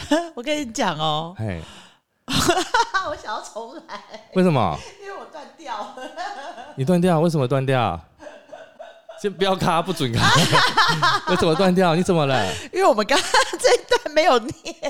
我跟你讲哦， 嘿， 我想要重来， 为什么？ 因为我断掉了。 你断掉？为什么断掉？先不要卡，不准卡。为什么断掉？你怎么了？ 因为我们刚刚这一段没有念。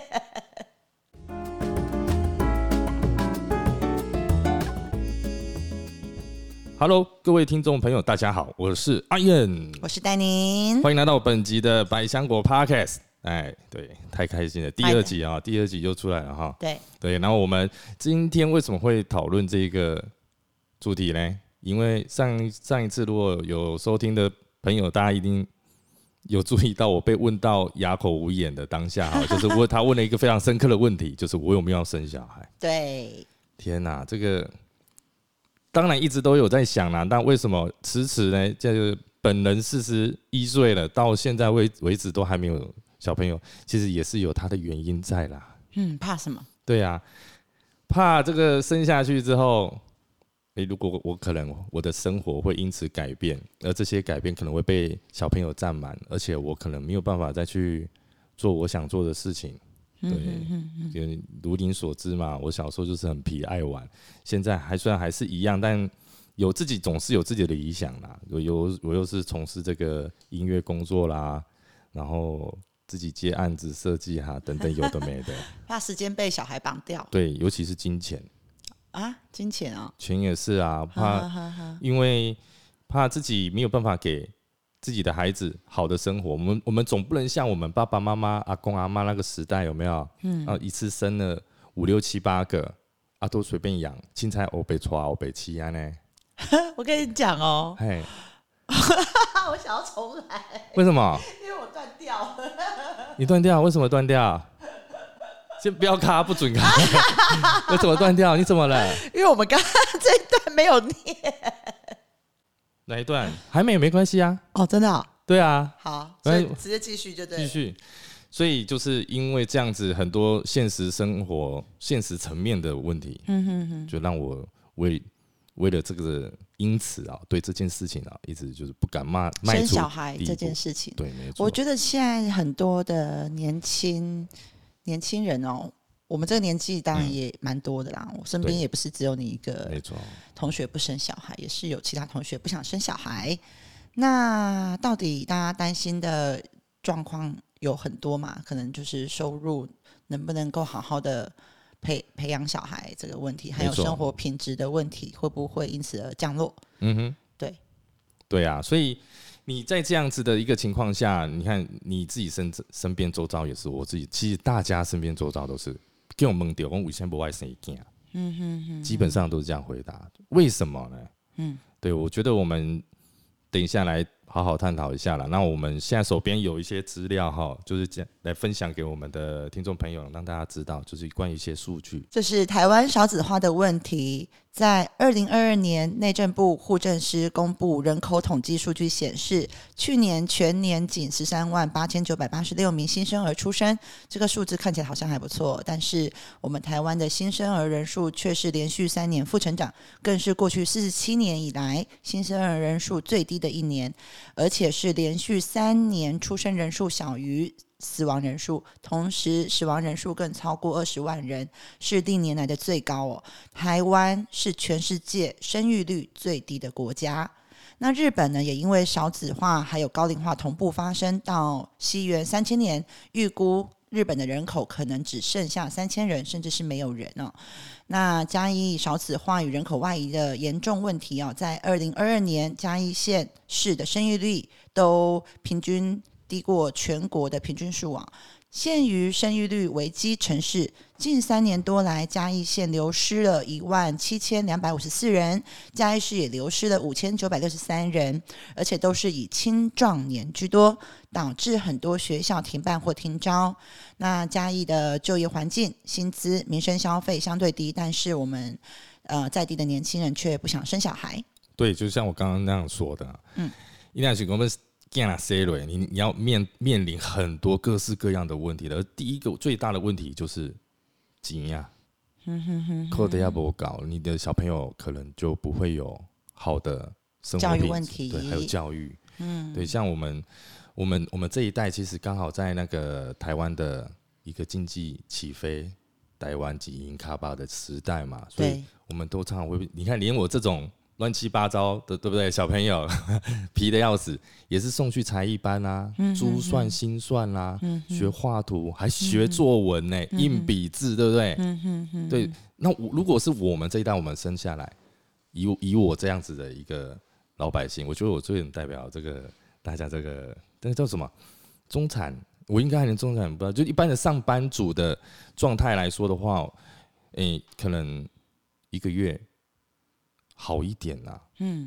Hello， 各位听众朋友，大家好，我是阿燕， 我是戴宁， 欢迎来到本集的百香果 Podcast。哎，对，太开心了，第二集啊，第二集就出来了哈。对，然后我们今天为什么会讨论这个主题呢？因为上一次如果有收听的朋友，大家一定有注意到我被问到哑口无言的当下哈，就是他问了一个非常深刻的问题，就是我有没有要生小孩？ 对， 天哪，这个当然一直都有在想啦，但为什么迟迟呢？就是本人41岁了，到现在为止都还没有小朋友，其实也是有他的原因在啦。 怕什么？ 对啊，怕这个生下去之后，如果我的生活会因此改变，而这些改变可能会被小朋友占满，而且我可能没有办法再去做我想做的事情。对，如您所知嘛，我小时候就是很皮爱玩，现在虽然还是一样，但总是有自己的理想啦。我又是从事这个音乐工作啦，然后自己接案子设计哈等等有的没的， 怕时间被小孩绑掉。 对，尤其是金钱啊，金钱啊， 钱也是啊，因为怕自己没有办法给自己的孩子好的生活，我们总不能像我们爸爸妈妈、阿公阿妈那个时代有没有？一次生了5、6、7、8个，都随便养，青菜欧北抓欧北七安呢。 我跟你讲哦， 嘿， 我想要重来， 为什么？ 因为我断掉了。 你断掉？为什么断掉？先不要卡，不准卡。为什么断掉？你怎么了？ 因为我们刚刚这一段没有念。 哪一段？还没关系啊。 哦，真的哦？ 对啊。 好，所以直接继续就对了。 继续。所以就是因为这样子，很多现实生活、现实层面的问题，就让我为了这个，因此啊，对这件事情啊，一直就是不敢迈出生小孩这件事情。 对，没错。 我觉得现在很多的年轻人哦，我们这个年纪当然也蛮多的啦。我身边也不是只有你一个， 没错。 同学不生小孩，也是有其他同学不想生小孩。那到底大家担心的状况有很多嘛？可能就是收入能不能够好好的培养小孩这个问题，还有生活品质的问题，会不会因此而降落？对啊， 所以你在这样子的一个情况下，你看你自己身边周遭也是，我自己其实大家身边周遭都是给我问到，我为什么不爱生一件？基本上都是这样回答。为什么呢？对，我觉得我们等一下来好好探讨一下啦。那我们现在手边有一些资料哈，就是来分享给我们的听众朋友，让大家知道，就是关于一些数据。 这是台湾少子化的问题。在2022年，内政部户政司公布人口统计数据显示，去年全年仅138986名新生儿出生，这个数字看起来好像还不错，但是我们台湾的新生儿人数却是连续3年负成长，更是过去47年以来新生儿人数最低的一年，而且是连续3年出生人数小于死亡人数，同时死亡人数更超过20万人，是历年来的最高哦。台湾是全世界生育率最低的国家。那日本呢，也因为少子化还有高龄化同步发生，到西元3000年，预估日本的人口可能只剩下3000人，甚至是没有人哦。那嘉义少子化与人口外移的严重问题哦，在2022年嘉义县市的生育率都平均低过全国的平均数啊。县于生育率危机城市，近3年多来，嘉义县流失了17254人，嘉义市也流失了5963人，而且都是以青壮年居多，导致很多学校停办或停招。那嘉义的就业环境、薪资、民生消费相对低，但是我们在地的年轻人却不想生小孩。 对，就像我刚刚那样说的，一定要去我们。你要面临很多各式各样的问题的，而第一个最大的问题就是钱呀，扣的要不高，你的小朋友可能就不会有好的生活品质， 教育问题， 对，还有教育，对，像我们这一代其实刚好在那个台湾的一个经济起飞、台湾几银卡巴的时代嘛，所以我们都常常会，你看连我这种乱七八糟的，对不对？小朋友皮的要死，也是送去才艺班啊，珠算、心算啦，学画图，还学作文呢，硬笔字，对不对？对。那如果是我们这一代，我们生下来，以我这样子的一个老百姓，我觉得我最能代表这个大家这个那个叫什么中产，我应该还能中产不知道，就一般的上班族的状态来说的话，可能一个月好一点啦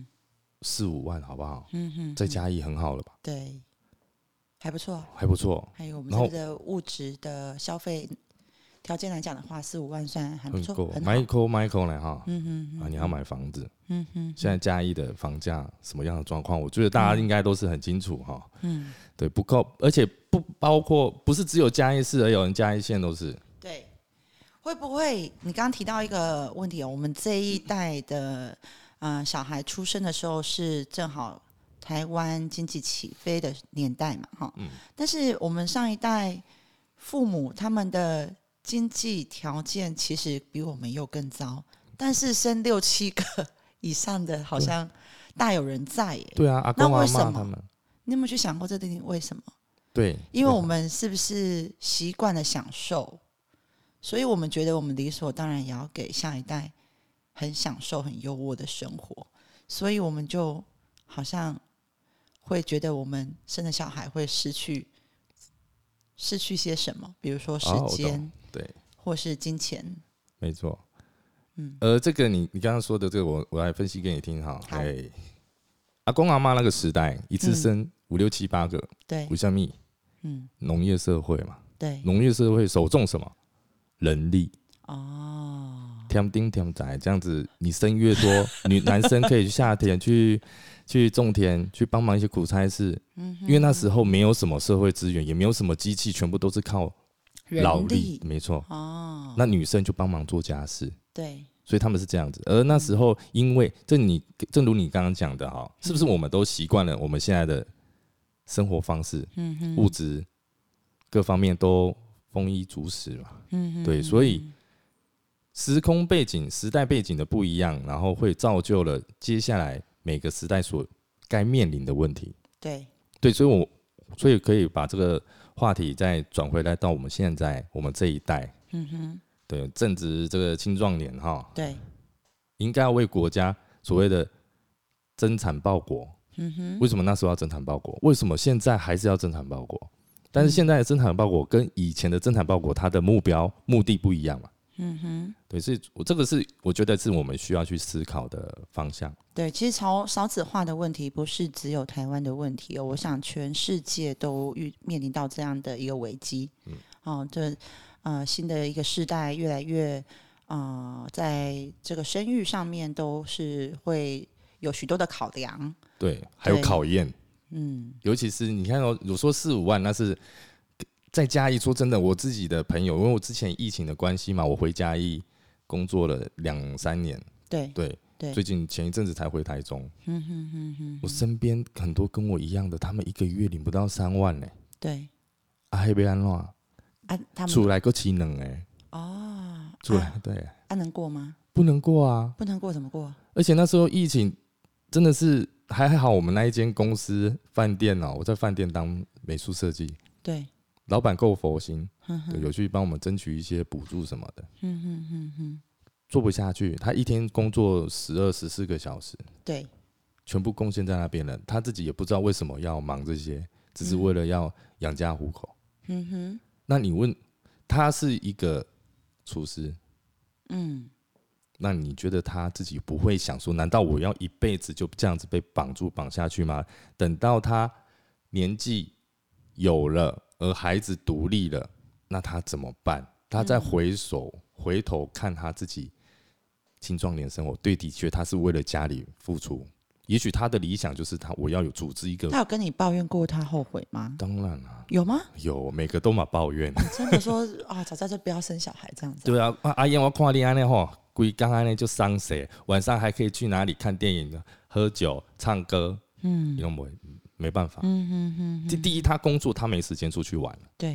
，4-5万好不好？再加一很好了吧？ 对，还不错， 还不错。 还有我们这个物质的消费条件来讲的话，4-5万算还不错，很好。 Michael 呢哈，你要买房子，现在嘉义的房价什么样的状况？我觉得大家应该都是很清楚哈。对，不够，而且不包括，不是只有嘉义市而已，嘉义县都是。 对，会不会你刚刚提到一个问题哦？我们这一代的小孩出生的时候是正好台湾经济起飞的年代嘛，哈。但是我们上一代父母他们的经济条件其实比我们又更糟，但是生6-7个以上的好像大有人在耶。 对啊，阿公阿嬷他们， 你有没有去想过这点为什么？ 对， 因为我们是不是习惯了享受，所以我们觉得我们理所当然也要给下一代很享受、很优渥的生活，所以我们就好像会觉得我们生的小孩会失去些什么，比如说时间， 对， 或是金钱。没错。这个你刚刚说的这个我来分析给你听哈。阿公阿妈那个时代，一次生5、6、7、8个， 对， 为什么？农业社会嘛， 对， 农业社会首重什么？人力。添丁添仔这样子，你生越多，男生可以去下田去种田，去帮忙一些苦差事。因为那时候没有什么社会资源，也没有什么机器，全部都是靠劳力，没错。那女生就帮忙做家事。对。所以他们是这样子，而那时候因为正如你刚刚讲的哈，是不是我们都习惯了我们现在的生活方式，物质各方面都丰衣足食嘛，对，所以时空背景、时代背景的不一样，然后会造就了接下来每个时代所该面临的问题。对，所以可以把这个话题再转回来到我们现在我们这一代。对，正值这个青壮年哈，对，应该要为国家所谓的增产报国。为什么那时候要增产报国？为什么现在还是要增产报国？但是现在的增产报国跟以前的增产报国，它的目的不一样嘛。对，所以这个是我觉得是我们需要去思考的方向。 对，其实少子化的问题不是只有台湾的问题哦，我想全世界都面临到这样的一个危机。新的一个世代越来越在这个生育上面都是会有许多的考量， 对，还有考验。尤其是你看我说4-5万，那是在嘉义。说真的，我自己的朋友，因为我之前疫情的关系嘛，我回嘉义工作了2-3年。对，最近前一阵子才回台中。我身边很多跟我一样的，他们一个月领不到3万呢。对，还要安怎？他们出来个7能出来对， 能过吗？ 不能过啊！ 不能过怎么过？而且那时候疫情真的是还好，我们那一间公司饭店我在饭店当美术设计，对，老板够佛心，对，有去帮我们争取一些补助什么的。做不下去，他一天工作12-14个小时，对，全部贡献在那边了，他自己也不知道为什么要忙这些，只是为了要养家糊口。那你问他是一个厨师，那你觉得他自己不会想说，难道我要一辈子就这样子被绑下去吗？等到他年纪有了，而孩子独立了，那他怎么办？他再回头看他自己青壮年生活，对，的确他是为了家里付出。也许他的理想就是我要有组织一个。 他有跟你抱怨过他后悔吗？ 当然了。 有吗？ 有，每个都嘛抱怨。 真的说早在这不要生小孩这样子。 对啊，阿燕我看你安尼吼，规刚安尼就伤谁，晚上还可以去哪里看电影、喝酒、唱歌，你都没办法。第一，他工作他没时间出去玩，对，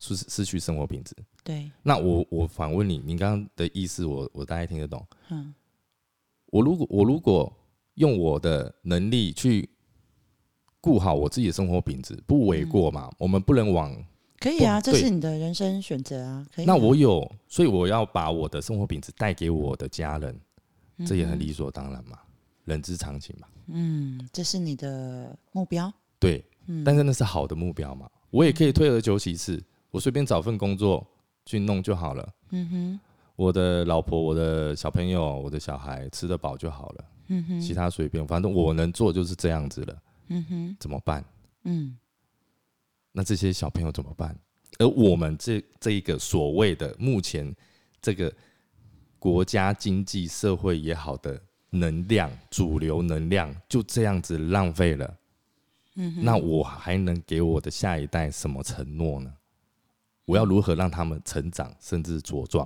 失去生活品质。 对， 那我反问你，你刚刚的意思我大概听得懂。我如果用我的能力去顾好我自己的生活品质，不为过嘛？我们不能往可以啊，这是你的人生选择啊，可以啊。 那所以我要把我的生活品质带给我的家人，这也很理所当然嘛，人之常情嘛。 这是你的目标。 对，但是那是好的目标嘛。我也可以退而求其次，我随便找份工作去弄就好了。我的老婆、我的小朋友、我的小孩吃得饱就好了。其他随便，反正我能做就是这样子了。怎么办？那这些小朋友怎么办？而我们这一个所谓的目前这个国家经济社会也好的能量，主流能量就这样子浪费了。那我还能给我的下一代什么承诺呢？我要如何让他们成长甚至茁壮？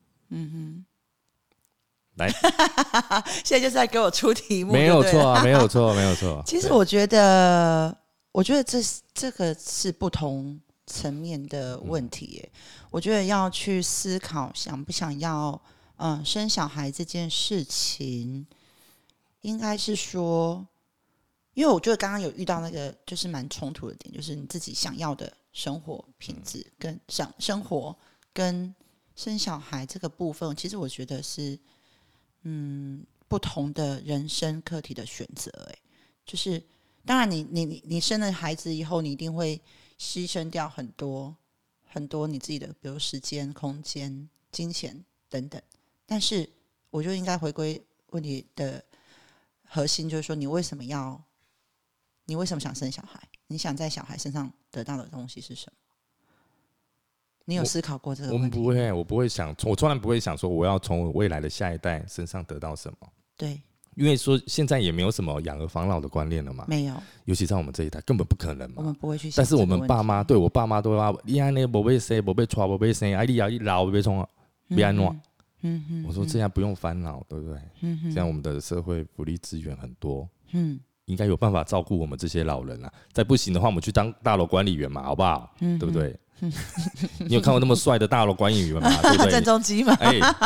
来， 现在就是在给我出题目， 没有错啊，没有错，没有错。 其实我觉得这个是不同层面的问题耶。我觉得要去思考想不想要生小孩这件事情，应该是说，因为我觉得刚刚有遇到那个就是蛮冲突的点，就是你自己想要的生活品质跟生活跟生小孩这个部分，其实我觉得是不同的人生课题的选择。就是当然你生了孩子以后，你一定会牺牲掉很多很多你自己的，比如时间、空间、金钱等等。但是我就应该回归问题的核心，就是说你为什么想生小孩？你想在小孩身上得到的东西是什么？你有思考过这个问题？ 我不会想，我从来不会想说我要从我未来的下一代身上得到什么。 对， 因为说现在也没有什么养儿防老的观念了嘛， 没有， 尤其在我们这一代根本不可能嘛。 我们不会去想。 但是我们爸妈，对我爸妈都会说，你安尼没被生，没被娶，没被生，哎，你老被冲啊，别安诺。我说这样不用烦恼，对不对？这样我们的社会福利资源很多，应该有办法照顾我们这些老人啊。再不行的话，我们去当大楼管理员嘛，好不好？对不对？你有看过那么帅的大楼管理员吗？对不对？ 郑中基嘛。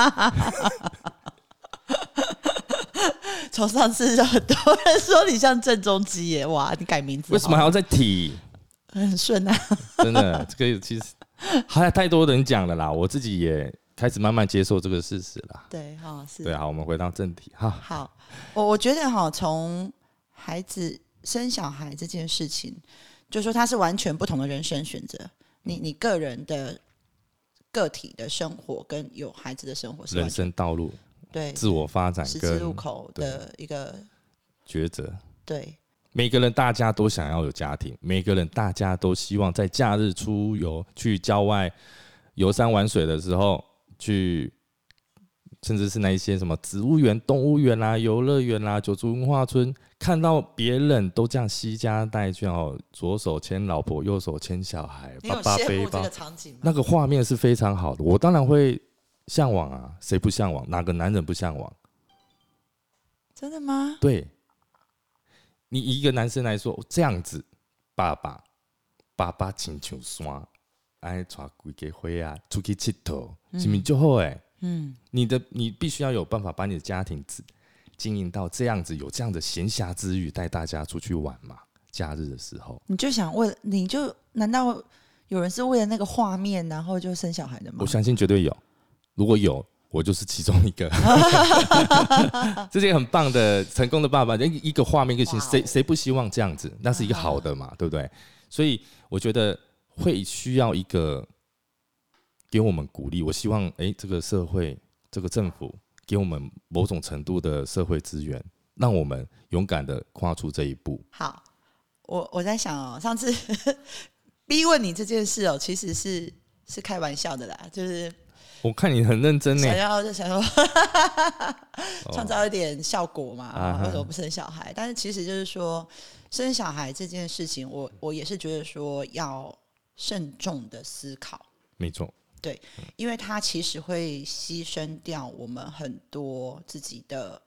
从上次就很多人说你像郑中基耶，哇，你改名字为什么还要再提？ 很顺啊， 真的，这个其实还太多人讲了啦，我自己也开始慢慢接受这个事实啦。 对，是。 对，好，我们回到正题哈。 好，我觉得从孩子生小孩这件事情，就说它是完全不同的人生选择。你个人的个体的生活跟有孩子的生活是人生道路， 对自我发展十字路口的一个抉择。 对， 每个人大家都想要有家庭，每个人大家都希望在假日出游去郊外游山玩水的时候去，甚至是那一些什么植物园、动物园啦、游乐园啦、九族文化村，看到别人都这样携家带眷哦，左手牵老婆，右手牵小孩，爸爸背包， 这个场景吗？ 那个画面是非常好的，我当然会向往啊，谁不向往？哪个男人不向往？ 真的吗？ 对，你一个男生来说，这样子，爸爸亲像山，爱带规个伙啊出去佚佗，是不是就好哎？你必须要有办法把你的家庭经营到这样子，有这样的闲暇之余，带大家出去玩嘛。假日的时候， 难道有人是为了那个画面，然后就生小孩的吗？ 我相信绝对有，如果有，我就是其中一个。这是一个很棒的成功的爸爸，一个画面一个形，谁不希望这样子？那是一个好的嘛，对不对？所以我觉得会需要一个给我们鼓励。我希望这个社会这个政府给我们某种程度的社会资源，让我们勇敢的跨出这一步。 好，我在想上次逼问你这件事其实是开玩笑的啦，就是我看你很认真呢， 想说创造一点效果嘛，为什么不生小孩？但是其实就是说，生小孩这件事情，我也是觉得说要慎重的思考。 没错， 对，因为它其实会牺牲掉我们很多自己的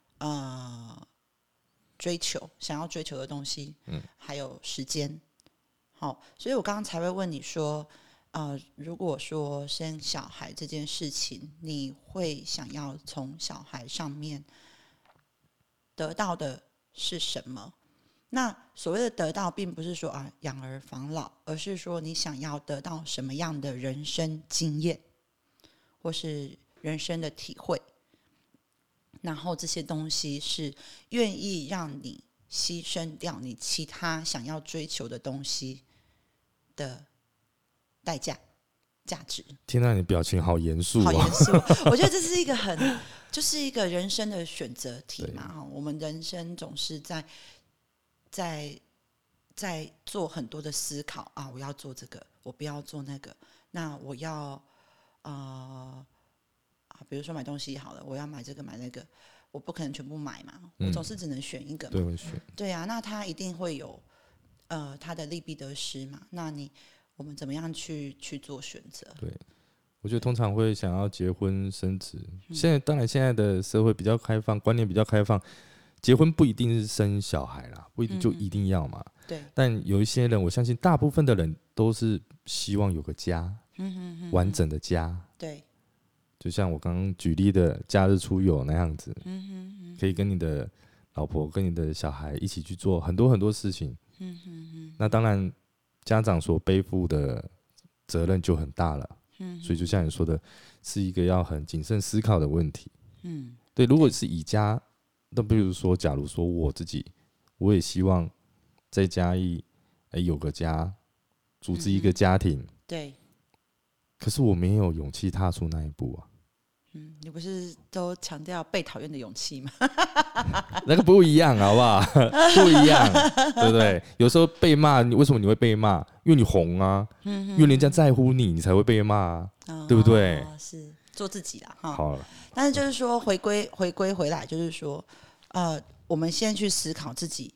想要追求的东西，还有时间。好，所以我刚刚才会问你说， 如果说生小孩这件事情，你会想要从小孩上面得到的是什么？那所谓的得到，并不是说养儿防老，而是说你想要得到什么样的人生经验，或是人生的体会，然后这些东西是愿意让你牺牲掉你其他想要追求的东西的代价、价值。 天哪，你表情好严肃， 好严肃。我觉得这是一个就是一个人生的选择题嘛。我们人生总是在做很多的思考我要做这个，我不要做那个。那我要比如说买东西好了，我要买这个买那个，我不可能全部买嘛，我总是只能选一个嘛。 对，会选。 对啊，那它一定会有它的利弊得失嘛。那我们怎么样去做选择？ 对，我觉得通常会想要结婚生子。当然现在的社会比较开放，观念比较开放，结婚不一定是生小孩啦，不一定就一定要嘛。 对。 但有一些人，我相信大部分的人都是希望有个家，完整的家。 对。 就像我刚刚举例的假日出游那样子，可以跟你的老婆、跟你的小孩一起去做很多很多事情。那当然，家长所背负的责任就很大了。所以就像你说的，是一个要很谨慎思考的问题。对，如果是以家，那比如说，假如说我自己，我也希望在嘉义有个家，组织一个家庭。 对。 可是我没有勇气踏出那一步啊。 你不是都强调被讨厌的勇气吗？ 那个不一样，好不好？不一样，对不对？有时候被骂，为什么你会被骂？因为你红啊，因为人家在乎你，你才会被骂啊，对不对？ 是做自己啦， 好了。 但是就是说，回归回来，就是说，我们先去思考自己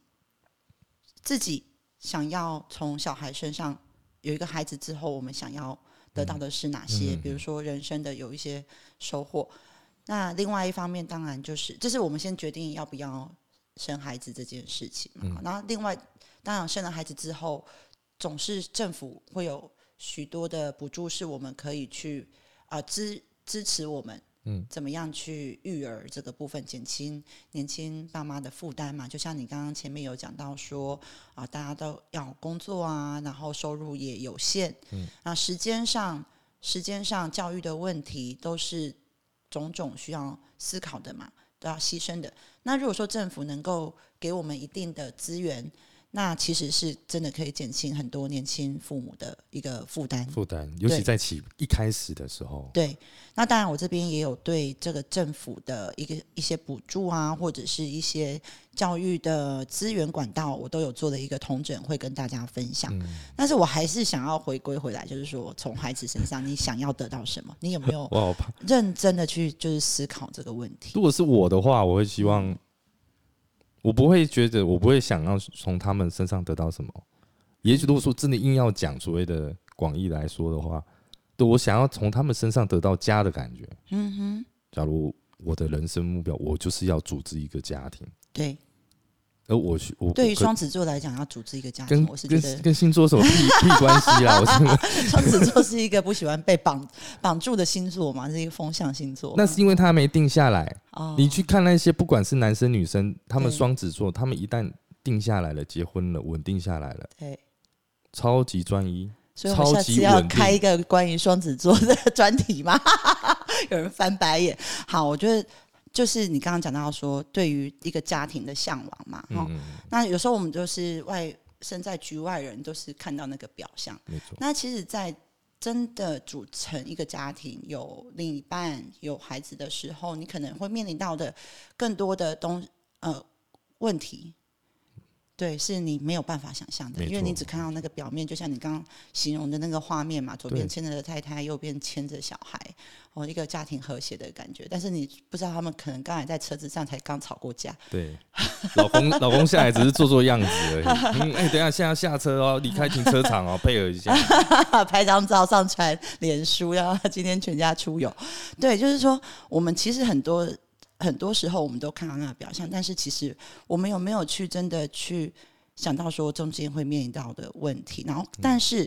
想要从小孩身上有一个孩子之后，我们想要得到的是哪些？比如说人生的有一些收获。那另外一方面，当然就是这是我们先决定要不要生孩子这件事情嘛。然后另外，当然生了孩子之后，总是政府会有许多的补助，是我们可以去支持我们。怎么样去育儿这个部分，减轻年轻爸妈的负担嘛？就像你刚刚前面有讲到说大家都要工作啊，然后收入也有限，那时间上教育的问题都是种种需要思考的嘛，都要牺牲的。那如果说政府能够给我们一定的资源，那其实是真的可以减轻很多年轻父母的一个负担， 尤其在一开始的时候。 对，那当然我这边也有对这个政府的一些补助啊，或者是一些教育的资源管道，我都有做了一个统整，会跟大家分享。但是我还是想要回归回来，就是说从孩子身上，你想要得到什么？你有没有认真的去就是思考这个问题？ 如果是我的话，我会希望。我不会想要从他们身上得到什么。也许如果说真的硬要讲所谓的广义来说的话，对，我想要从他们身上得到家的感觉。假如我的人生目标，我就是要组织一个家庭。 对。 而我对于双子座来讲，要组织一个家庭，我是觉得跟星座什么屁关系啦？ 双子座是一个不喜欢被绑住的星座嘛，是一个风象星座。 那是因为他没定下来。你去看那些不管是男生女生，他们双子座，他们一旦定下来了，结婚了，稳定下来了， 对， 超级专一， 所以我们下次要开一个关于双子座的专题吗？有人翻白眼。好，我觉得。就是你刚刚讲到说，对于一个家庭的向往嘛，那有时候我们就是身在局外人，都是看到那个表象。 没错。 那其实，在真的组成一个家庭，有另一半、有孩子的时候，你可能会面临到的更多的问题。对，是你没有办法想象的，因为你只看到那个表面，就像你刚刚形容的那个画面嘛，左边牵着太太，右边牵着小孩，一个家庭和谐的感觉。但是你不知道他们可能刚才在车子上才刚吵过架。 对，老公下来只是做样子而已。等一下现在下车哦，离开停车场哦，配合一下， 拍张照上传脸书，然后今天全家出游。对，就是说我们其实很多时候我们都看到那个表象，但是其实我们有没有去真的去想到说中间会面临到的问题？然后，但是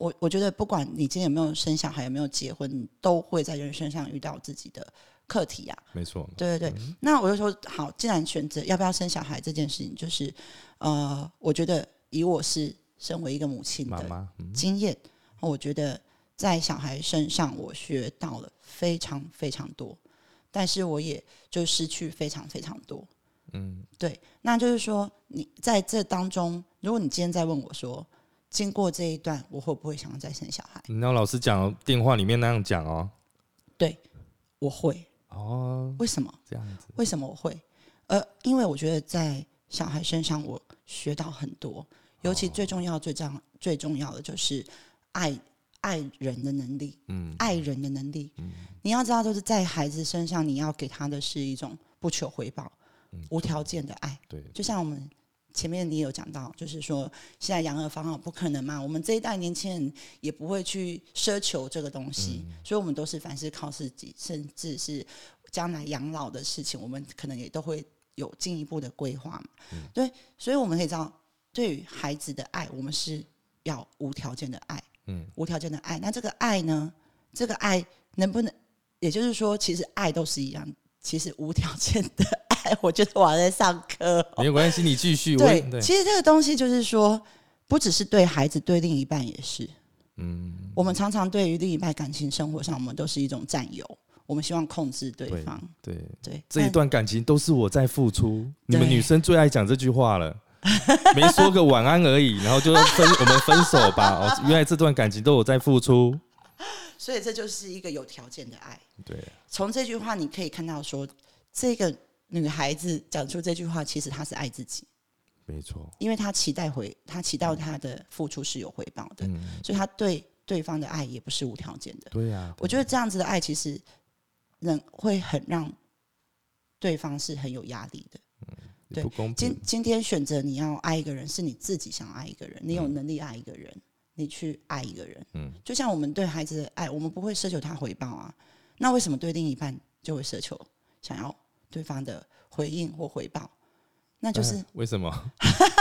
我觉得不管你今天有没有生小孩，有没有结婚，你都会在人生上遇到自己的课题啊。 没错， 对对对。那我就说好，既然选择要不要生小孩这件事情，就是我觉得以我是身为一个母亲的经验，我觉得在小孩身上我学到了非常非常多，但是我也就失去非常非常多。对，那就是说你在这当中，如果你今天再问我说，经过这一段，我会不会想要再生小孩？ 你要老师讲电话里面那样讲哦。 对，我会。 哦， 为什么这样子？ 为什么我会？因为我觉得在小孩身上我学到很多，尤其最重要、最重要的就是爱人的能力，爱人的能力。你要知道，就是在孩子身上，你要给他的是一种不求回报、无条件的爱。 对， 就像我们前面你也有讲到，就是说现在养儿防老不可能嘛，我们这一代年轻人也不会去奢求这个东西，所以我们都是凡事靠自己，甚至是将来养老的事情，我们可能也都会有进一步的规划嘛。对，所以我们可以知道，对于孩子的爱，我们是要无条件的爱，无条件的爱。那这个爱呢？这个爱能不能，也就是说，其实爱都是一样，其实无条件的爱，我觉得我还在上课， 没有关系，你继续。 对，其实这个东西就是说，不只是对孩子，对另一半也是。我们常常对于另一半感情生活上，我们都是一种占有，我们希望控制对方。 对， 对， 这一段感情都是我在付出。你们女生最爱讲这句话了。没说个晚安而已，然后就我们分手吧。原来这段感情都有在付出， 所以这就是一个有条件的爱。 对， 从这句话你可以看到说，这个女孩子讲出这句话，其实她是爱自己。 没错， 因为她期待她的付出是有回报的，所以她对对方的爱也不是无条件的。 对呀， 我觉得这样子的爱其实会很让对方是很有压力的。对， 不公平。 今天选择你要爱一个人，是你自己想爱一个人，你有能力爱一个人，你去爱一个人。就像我们对孩子的爱，我们不会奢求他回报啊。那为什么对另一半就会奢求想要对方的回应或回报？那就是为什么？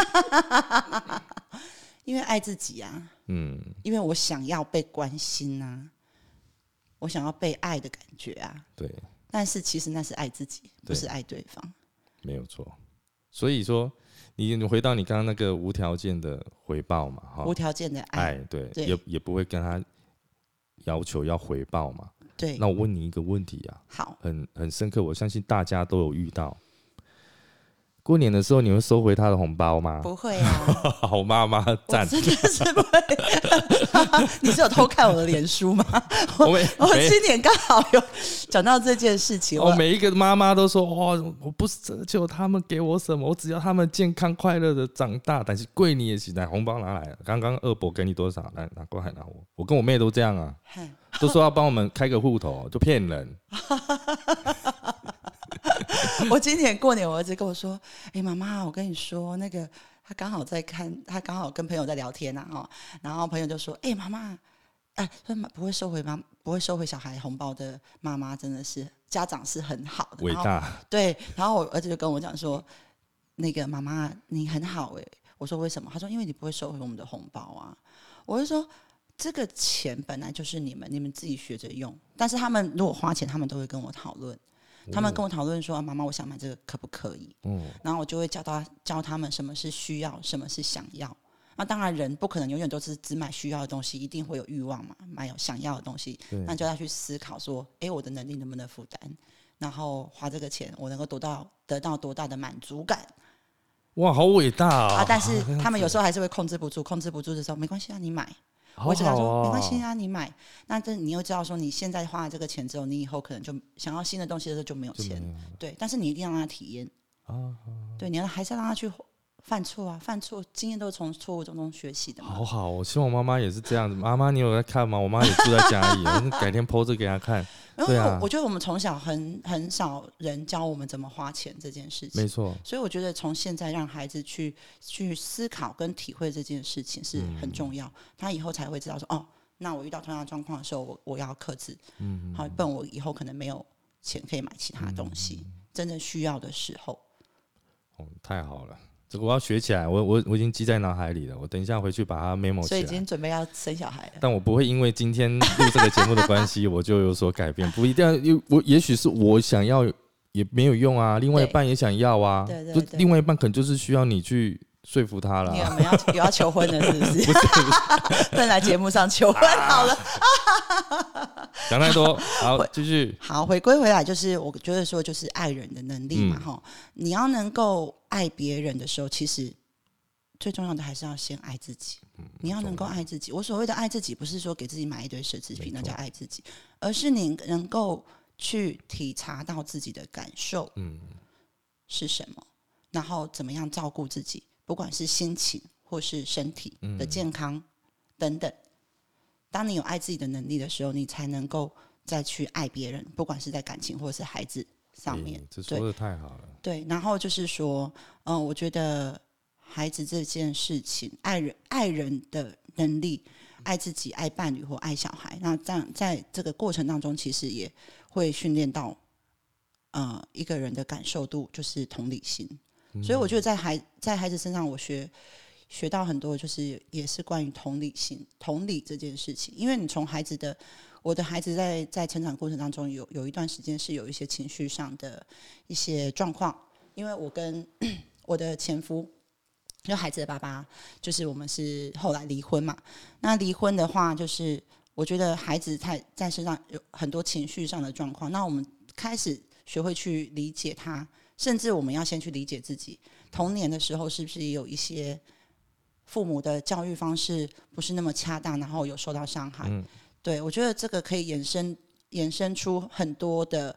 因为爱自己啊。因为我想要被关心啊，我想要被爱的感觉啊。 对。 但是其实那是爱自己，不是爱对方。 没有错。所以说，你回到你刚刚那个无条件的回报嘛， 无条件的爱， 对，也不会跟他要求要回报嘛。 对。 那我问你一个问题啊， 好， 很深刻，我相信大家都有遇到。过年的时候，你会收回他的红包吗？ 不会啊。 好妈妈赞， 真的是不会。你是有偷看我的脸书吗？我今年刚好有讲到这件事情。 每一个妈妈都说：“哦，我不奢求他们给我什么，我只要他们健康快乐的长大。但是贵你也行，来红包拿来。刚刚二伯给你多少？来拿过来拿我。我跟我妹都这样啊，都说要帮我们开个户头，就骗人。” 我今年过年，我儿子跟我说：“妈妈，我跟你说，那个他刚好在看，他刚好跟朋友在聊天啊，然后朋友就说：‘妈妈，说不会收回小孩红包的妈妈，真的是家长是很好的， 伟大。’ 对，然后我儿子就跟我讲说：‘那个妈妈，你很好我说：‘为什么？’他说：‘因为你不会收回我们的红包啊。’我就说：‘这个钱本来就是你们自己学着用，但是他们如果花钱，他们都会跟我讨论。’他们跟我讨论说：“妈妈，我想买这个，可不可以？”然后我就会教他们什么是需要，什么是想要。那当然，人不可能永远都是只买需要的东西，一定会有欲望嘛，买有想要的东西。那就要去思考说：“我的能力能不能负担？然后花这个钱，我能够得到多大的满足感？” 哇，好伟大啊！ 但是他们有时候还是会控制不住的时候，没关系啊，你买。我就跟他说：“没关系啊，你买。那你又知道说，你现在花了这个钱之后，你以后可能就想要新的东西的时候就没有钱。对，但是你一定要让他体验。对，你还是要让他去犯错啊，犯错经验都是从错误中学习的嘛。 好好，我希望我妈妈也是这样子。妈妈，你有在看吗？我妈也住在家里，我改天 po 这给她看。对啊， 我觉得我们从小很少人教我们怎么花钱这件事情， 没错。 所以我觉得从现在让孩子去思考跟体会这件事情是很重要，他以后才会知道说哦，那我遇到同样的状况的时候，我要克制。好，不然我以后可能没有钱可以买其他东西，真正需要的时候。 太好了。 这个我要学起来，我已经记在脑海里了，我等一下回去把它 memo 起来。 所以已经准备要生小孩了。 但我不会因为今天录这个节目的关系，我就有所改变，不一定要。也许是我想要也没有用啊，另外一半也想要啊， 对， 就另外一半可能就是需要你去说服他了。 你们要求婚了是不是？ 不是， 不能来节目上求婚好了。 讲太多，好，继续。 好，回归回来，就是我觉得说，就是爱人的能力嘛，你要能够爱别人的时候，其实最重要的还是要先爱自己。你要能够爱自己。我所谓的爱自己，不是说给自己买一堆奢侈品，那叫爱自己，而是你能够去体察到自己的感受，是什么，然后怎么样照顾自己，不管是心情或是身体的健康等等。当你有爱自己的能力的时候，你才能够再去爱别人，不管是在感情或者是孩子上面。 这说的太好了。对， 然后就是说，我觉得孩子这件事情，爱人的能力，爱自己、爱伴侣或爱小孩，那在这个过程当中，其实也会训练到一个人的感受度，就是同理心。所以我觉得在孩子身上，我学到很多，就是也是关于同理心、同理这件事情。因为你从我的孩子在成长过程当中有一段时间是有一些情绪上的一些状况，因为我跟我的前夫，就孩子的爸爸，就是我们是后来离婚嘛。那离婚的话，就是我觉得孩子在身上有很多情绪上的状况，那我们开始学会去理解他，甚至我们要先去理解自己。童年的时候是不是也有一些父母的教育方式不是那么恰当，然后有受到伤害？对，我觉得这个可以衍生出很多的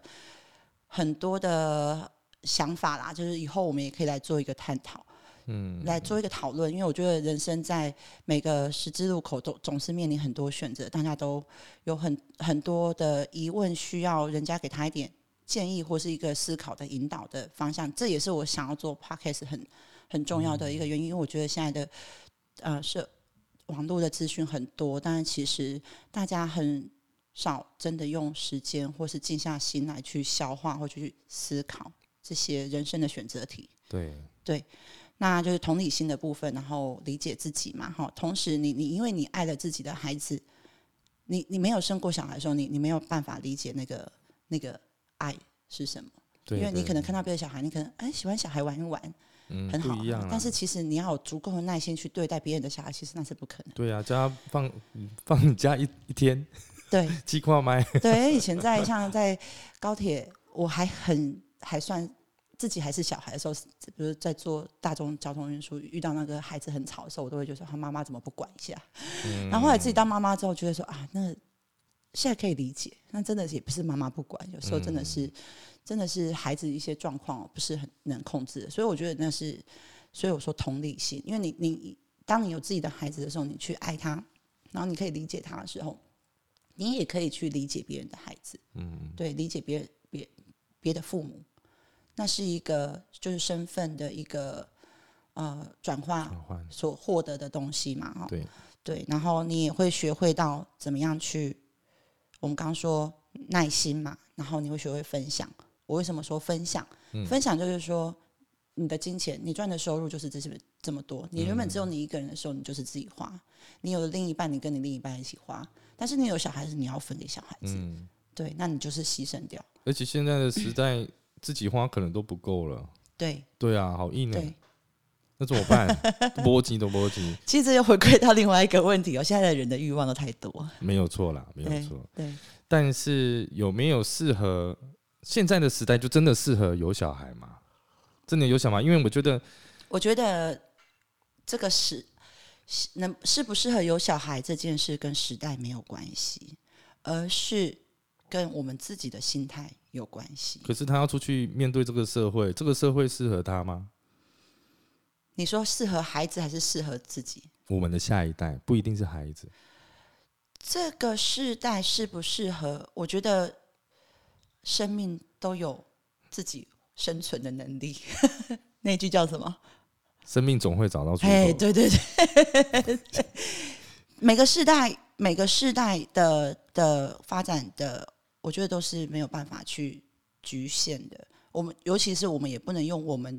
想法啦，就是以后我们也可以来做一个探讨，来做一个讨论。因为我觉得人生在每个十字路口都总是面临很多选择，大家都有很多的疑问，需要人家给他一点建议或是一个思考的引导的方向。这也是我想要做 podcast 很重要的一个原因，因为我觉得现在的是网络的资讯很多，但是其实大家很少真的用时间或是静下心来去消化或去思考这些人生的选择题。对，那就是同理心的部分，然后理解自己嘛。同时你因为你爱了自己的孩子，你没有生过小孩的时候，你没有办法理解那个爱是什么。因为你可能看到别的小孩，你可能喜欢小孩玩一玩，很好， 不一样。 但是其实你要有足够的耐心去对待别人的小孩，其实那是不可能。 对啊，叫他放你家一天， 对， 鸡块麦。 对，以前像在高铁，我还算自己还是小孩的时候，比如在坐大众交通运输，遇到那个孩子很吵的时候，我都会觉得说他妈妈怎么不管一下？然后后来自己当妈妈之后，觉得说那现在可以理解，那真的也不是妈妈不管，有时候真的是孩子一些状况不是很能控制的，所以我觉得所以我说同理心，因为你当你有自己的孩子的时候，你去爱他，然后你可以理解他的时候，你也可以去理解别人的孩子，对，理解别的父母，那是一个就是身份的一个转换所获得的东西嘛，对，然后你也会学会到怎么样去，我们刚刚说耐心嘛，然后你会学会分享。我为什么说分享？分享就是说，你的金钱，你赚的收入就是这么多。你原本只有你一个人的时候，你就是自己花。你有了另一半，你跟你另一半一起花。但是你有小孩子，你要分给小孩子。对，那你就是牺牲掉。 而且现在的时代，自己花可能都不够了。对啊，好硬欸。那怎么办？波及。 其实这又回归到另外一个问题现在的人的欲望都太多。 没有错啦，没有错。 对。 但是有没有适合现在的时代，就真的适合有小孩吗？真的有小孩吗？因为我觉得这个适不适合有小孩这件事跟时代没有关系，而是跟我们自己的心态有关系。 可是他要出去面对这个社会，这个社会适合他吗？ 你说适合孩子还是适合自己？ 我们的下一代不一定是孩子。 这个世代适不适合？我觉得生命都有自己生存的能力。那句叫什么？ 生命总会找到出口。 对。每个世代的发展的，我觉得都是没有办法去局限的。尤其是我们也不能用我们的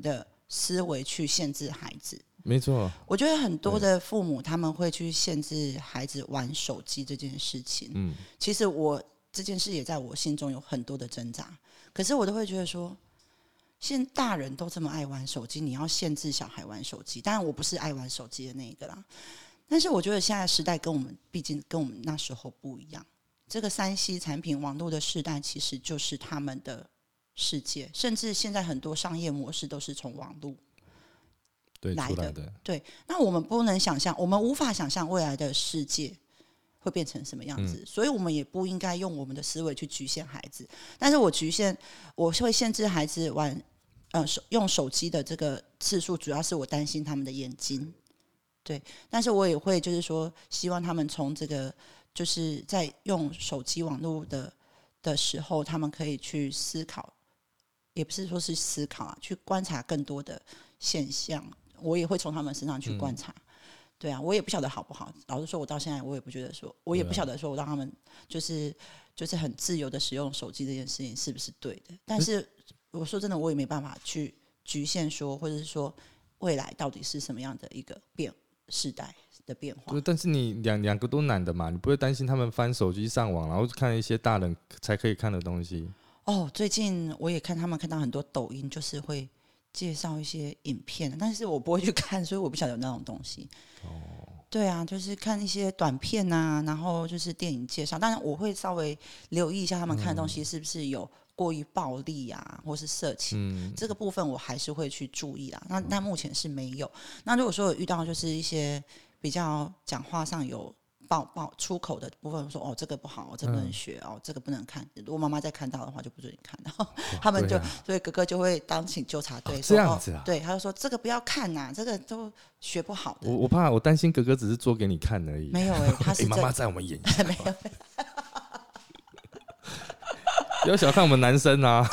思维去限制孩子。 没错， 我觉得很多的父母他们会去限制孩子玩手机这件事情。其实我这件事也在我心中有很多的挣扎，可是我都会觉得说，现在大人都这么爱玩手机，你要限制小孩玩手机。当然我不是爱玩手机的那一个啦，但是我觉得现在时代跟我们毕竟跟我们那时候不一样。这个3C 产品网络的时代其实就是他们的世界，甚至现在很多商业模式都是从网络来的。对，那我们不能想象，我们无法想象未来的世界会变成什么样子，所以我们也不应该用我们的思维去局限孩子。但是我会限制孩子玩用手机的这个次数，主要是我担心他们的眼睛。对，但是我也会就是说，希望他们从这个就是在用手机网络的时候，他们可以去思考，也不是说是思考啊，去观察更多的现象。我也会从他们身上去观察。对啊，我也不晓得好不好。老实说，我到现在我也不觉得说，我也不晓得说我让他们就是很自由的使用手机这件事情是不是对的。但是我说真的，我也没办法去局限说，或者是说未来到底是什么样的一个世代的变化。 对，但是你两个都难的嘛，你不会担心他们翻手机上网，然后看一些大人才可以看的东西。 最近我也看他们看到很多抖音，就是会介绍一些影片，但是我不会去看，所以我不晓得有那种东西。对啊，就是看一些短片啊，然后就是电影介绍。当然我会稍微留意一下他们看的东西是不是有过于暴力啊，或是色情。这个部分我还是会去注意啦。那目前是没有。那如果说有遇到就是一些比较讲话上有出口的部分，说这个不好，这个不能学，这个不能看。如果妈妈再看到的话，就不准你看。然后他们就，所以哥哥就会当请纠察队， 这样子啊？ 对，他就说这个不要看呐，这个都学不好的。 我担心哥哥只是做给你看而已。 没有他是妈妈在我们演一下。 没有。 不要小看我们男生啊。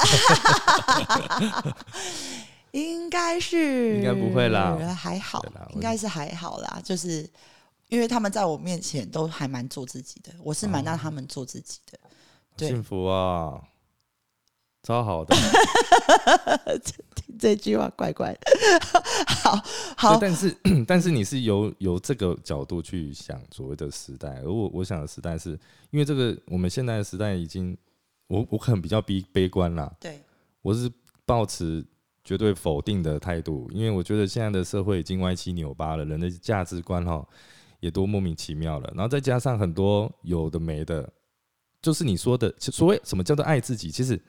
应该不会啦， 还好，应该是还好啦，就是因为他们在我面前都还蛮做自己的，我是蛮让他们做自己的。对， 幸福啊，超好的。 这句话怪怪的。好， 但是你是由这个角度去想所谓的时代，而我想的时代是因为这个我们现在的时代已经，我可能比较悲观啦。 对， 我是抱持绝对否定的态度，因为我觉得现在的社会已经歪七扭八了，人的价值观也多莫名其妙了，然后再加上很多有的没的，就是你说的所谓什么叫做爱自己，其实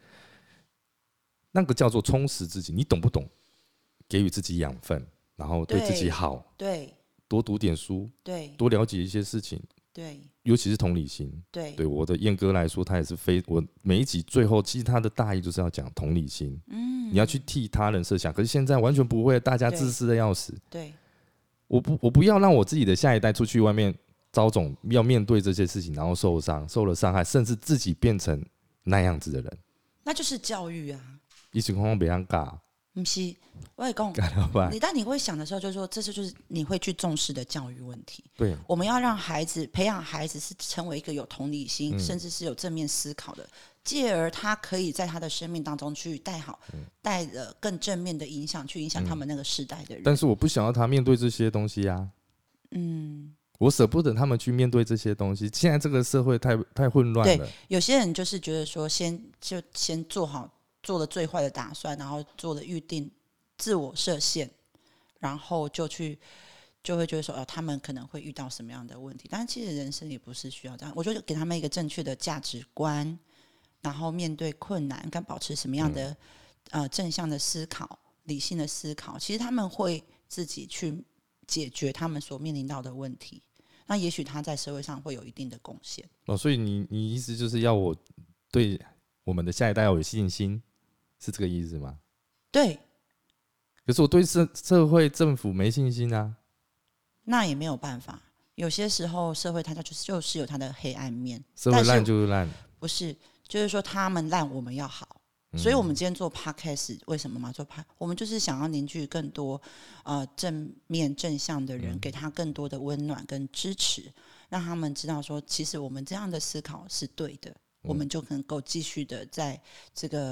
那个叫做充实自己，你懂不懂？给予自己养分，然后对自己好， 对， 多读点书， 对， 多了解一些事情， 对， 尤其是同理心。 对我的燕哥来说，他也是我每一集最后，其实他的大意就是要讲同理心。你要去替他人设想，可是现在完全不会，大家自私的要死。 对， 我不要让我自己的下一代出去外面遭种，要面对这些事情，然后受了伤害，甚至自己变成那样子的人。 那就是教育啊。 一起空别让尬。 不是，我也讲，但你会想的时候，就是说，这就是你会去重视的教育问题。 对， 我们要让培养孩子是成为一个有同理心，甚至是有正面思考的，继而他可以在他的生命当中去带了更正面的影响，去影响他们那个世代的人。 但是我不想要他面对这些东西啊。我舍不得他们去面对这些东西。现在这个社会太混乱了。 对，有些人就是觉得说，先做了最坏的打算，然后做了预定，自我设限，然后就会觉得说，他们可能会遇到什么样的问题。但是其实人生也不是需要这样，我就给他们一个正确的价值观，然后面对困难，跟保持什么样的正向的思考、理性的思考，其实他们会自己去解决他们所面临到的问题。那也许他在社会上会有一定的贡献。 所以你意思就是要我对我们的下一代要有信心，是这个意思吗？ 对。 可是我对社会政府没信心啊。 那也没有办法，有些时候社会它就是有它的黑暗面。 社会烂就是烂， 不是，就是说他们烂，我们要好。所以我们今天做 podcast 为什么嘛？我们就是想要凝聚更多正面正向的人，给他更多的温暖跟支持，让他们知道说，其实我们这样的思考是对的，我们就能够继续的在这个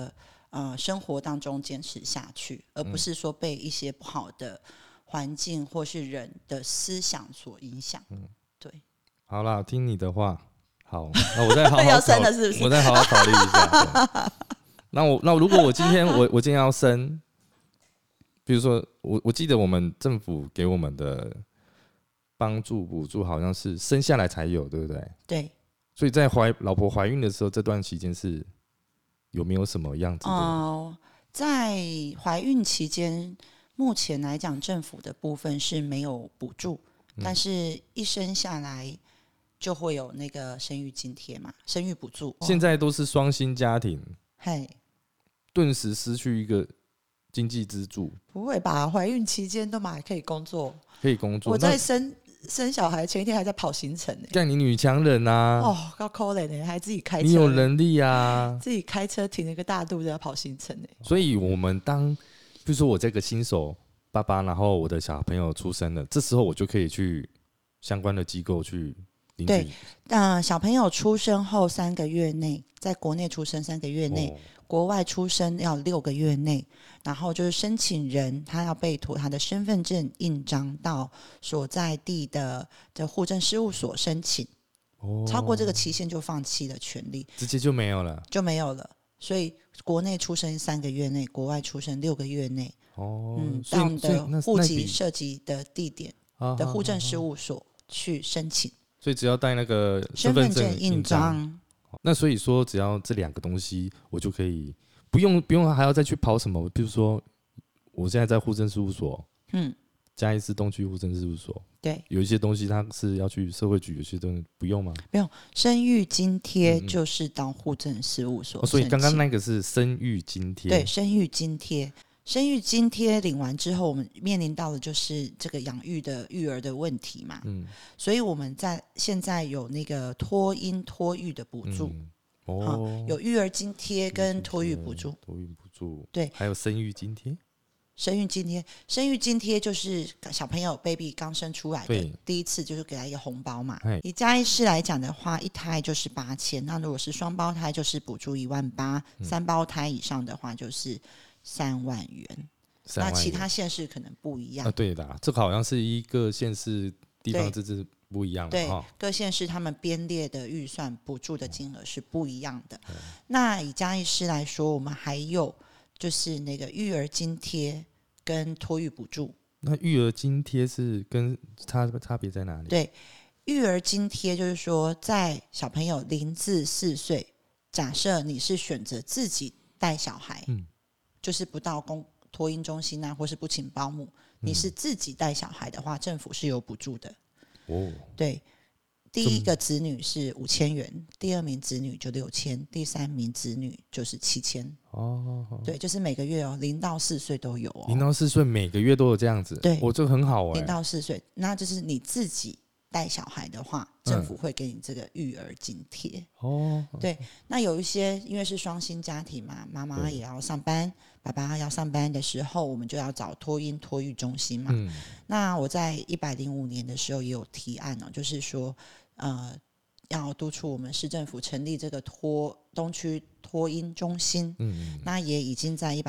生活当中坚持下去，而不是说被一些不好的环境或是人的思想所影响。对， 好啦，听你的话，好，那我再好好要生了是不是？ 我再好好考虑一下。那如果我今天我今天要生，比如说我记得我们政府给我们的帮助补助好像是生下来才有，对不对？ 对。 所以在老婆怀孕的时候，这段期间是有没有什么样子的？ 在怀孕期间，目前来讲，政府的部分是没有补助，但是一生下来就会有那个生育津贴嘛，生育补助。 现在都是双薪家庭， 嘿， 顿时失去一个经济支柱。 不会吧？怀孕期间都嘛还可以工作， 可以工作。 我在生小孩前一天还在跑行程呢。 干你女强人啊！ 哦，高可怜呢，还自己开车。 你有能力啊！ 自己开车停了一个大肚子要跑行程呢。 所以我们比如说我这个新手爸爸，然后我的小朋友出生了，这时候我就可以去相关的机构去领取。 对，小朋友出生后3个月内，在国内出生3个月内，国外出生要6个月内，然后就是申请人他要备妥他的身份证印章到所在地的户政事务所申请，超过这个期限就放弃了权利， 直接就没有了， 所以国内出生3个月内，国外出生6个月内，到你的户籍涉及的地点的户政事务所去申请， 所以只要带那个身份证印章。 那所以说，只要这2个东西，我就可以不用还要再去跑什么。比如说，我现在在户政事务所，嘉义市东区户政事务所， 对， 有一些东西它是要去社会局，有些东西不用吗？ 不用，生育津贴就是到户政事务所申请。 所以刚刚那个是生育津贴， 对，生育津贴。生育津贴领完之后，我们面临到的就是这个养育的育儿的问题嘛。所以我们现在有那个托婴托育的补助，有育儿津贴跟托育补助。对， 还有生育津贴。 生育津贴就是小朋友 baby 刚生出来的第一次，就是给他一个红包嘛。以嘉义市来讲的话，一胎就是8000，那如果是双胞胎就是补助18000，三胞胎以上的话就是3万元。那其他县市可能不一样。 对的，这个好像是一个县市地方自治不一样。 对，各县市他们编列的预算补助的金额是不一样的。那以嘉义市来说，我们还有就是那个育儿津贴跟托育补助。 那育儿津贴是跟差别在哪里？ 对，育儿津贴就是说，在小朋友0至4岁，假设你是选择自己带小孩，就是不到托婴中心啊，或是不请保姆，你是自己带小孩的话，政府是有补助的。对，第一个子女是5000元，第2名子女就6000，第3名子女就是7000。对，就是每个月0到4岁都有 0到4岁每个月都有这样子。 对， 这个很好 0到4岁，那就是你自己带小孩的话，政府会给你这个育儿津贴。对，那有一些因为是双薪家庭嘛，妈妈也要上班，爸爸要上班的时候，我们就要找托婴托育中心嘛。那我在105年的时候也有提案就是说要督促我们市政府成立这个东区托婴中心。那也已经在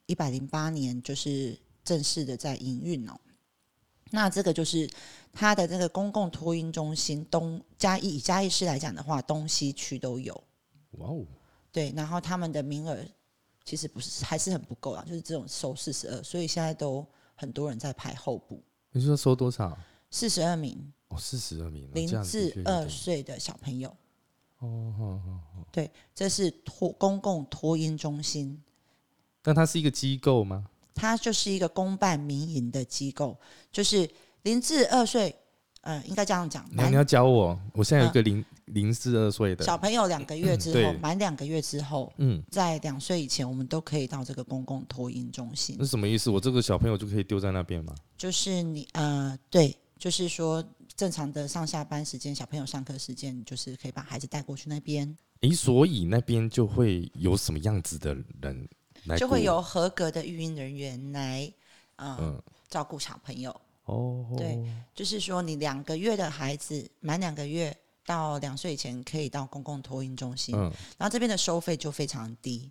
108年就是正式的在营运那这个就是它的这个公共托婴中心，以嘉义市来讲的话，东西区都有。对，然后他们的名额其实还是很不够啦，就是这种收42，所以现在都很多人在排候补。 你说收多少 ？42名。 42名 ，0至2岁的小朋友。对，这是公共托婴中心。 但它是一个机构吗？ 它就是一个公办民营的机构，就是0至2岁，应该这样讲。 你要教我现在有一个0至2岁的小朋友，2个月之后，满2个月之后，在2岁以前，我们都可以到这个公共托婴中心。 那什么意思？我这个小朋友就可以丢在那边吗？ 就是你对，就是说正常的上下班时间，小朋友上课时间，就是可以把孩子带过去那边。 所以那边就会有什么样子的人？ 就会有合格的育婴人员来照顾小朋友。对，就是说你2个月的孩子满2个月到2岁以前可以到公共托婴中心，然后这边的收费就非常低，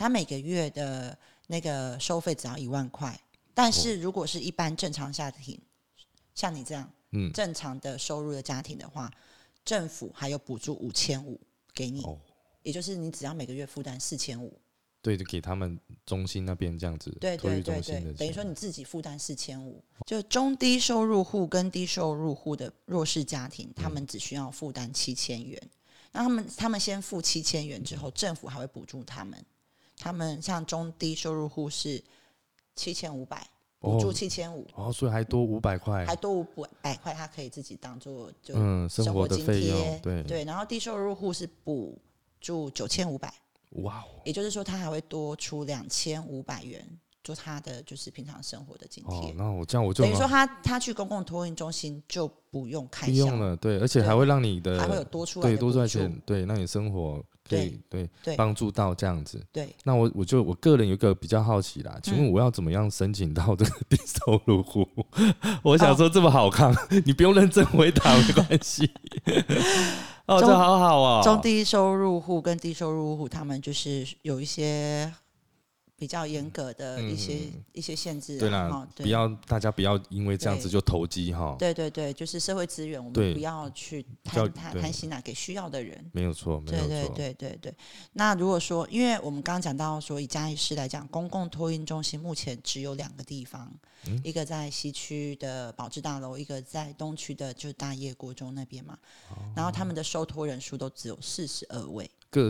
他每个月的那个收费只要1万块，但是如果是一般正常家庭，像你这样正常的收入的家庭的话，政府还有补助5500给你，也就是你只要每个月负担4500。 对，就给他们中心那边这样子， 对对对对，等于说你自己负担4500，就中低收入户跟低收入户的弱势家庭，他们只需要负担7000元。那他们先付7000元之后，政府还会补助他们。他们像中低收入户是7500，补助7500， 所以还多500块， 还多500块，他可以自己当做就生活的费用， 对。然后低收入户是补助9500。 哇， 也就是说，他还会多出2500元做他的就是平常生活的津贴。 那我这样我就等于说他去公共托运中心就不用开销， 不用了，对，而且还会让你的还会有多出来的多出来钱，对，让你生活可以对帮助到这样子。 对， 那我个人有一个比较好奇啦，请问我要怎么样申请到这个低收入户？我想说这么好看，你不用认真回答没关系。这好好哦。 中低收入户跟低收入户，他们就是有一些比较严格的一些限制。 对啦，大家不要因为这样子就投机哈。 对对对，就是社会资源，我们不要去贪心给需要的人。 没有错，没有错。 对对对对对。那如果说，因为我们刚刚讲到说，以嘉义市来讲，公共托运中心目前只有2个地方，一个在西区的宝智大楼，一个在东区的就是大业国中那边嘛。然后他们的收托人数都只有42位，各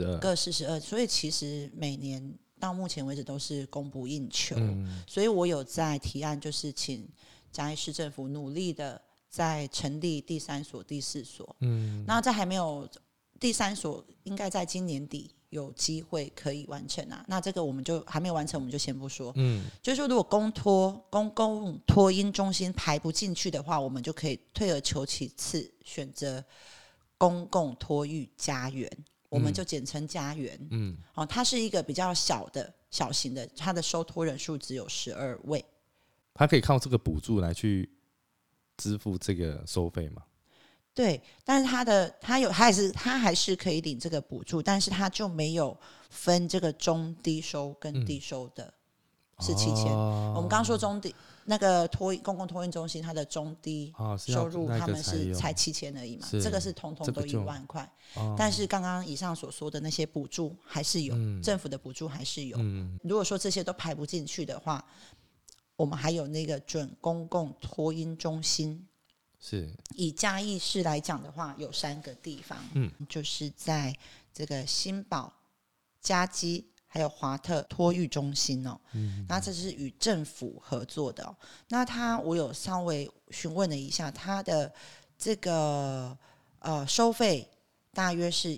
42，所以其实每年到目前为止都是供不应求。所以我有在提案，就是请嘉义市政府努力的在成立第3所、第4所。那这还没有第3所，应该在今年底有机会可以完成啊。那这个我们就还没有完成，我们就先不说。就是说，如果公共托婴中心排不进去的话，我们就可以退而求其次，选择公共托育家园。我们就简称家园。它是一个比较小型的，它的收托人数只有12位。 它可以靠这个补助来去支付这个收费吗？ 对，但是他还是可以领这个补助，但是他就没有分这个中低收跟低收的是7000。我们刚刚说中低那个公共托运中心，它的中低收入他们是才7000而已嘛，这个是统统都1万块。但是刚刚以上所说的那些补助还是有，政府的补助还是有。如果说这些都排不进去的话，我们还有那个准公共托婴中心。 是以嘉义市来讲的话，有3个地方，就是在这个新宝、嘉基还有华特托育中心哦。那这是与政府合作的哦。那我有稍微询问了一下，它的这个收费大约是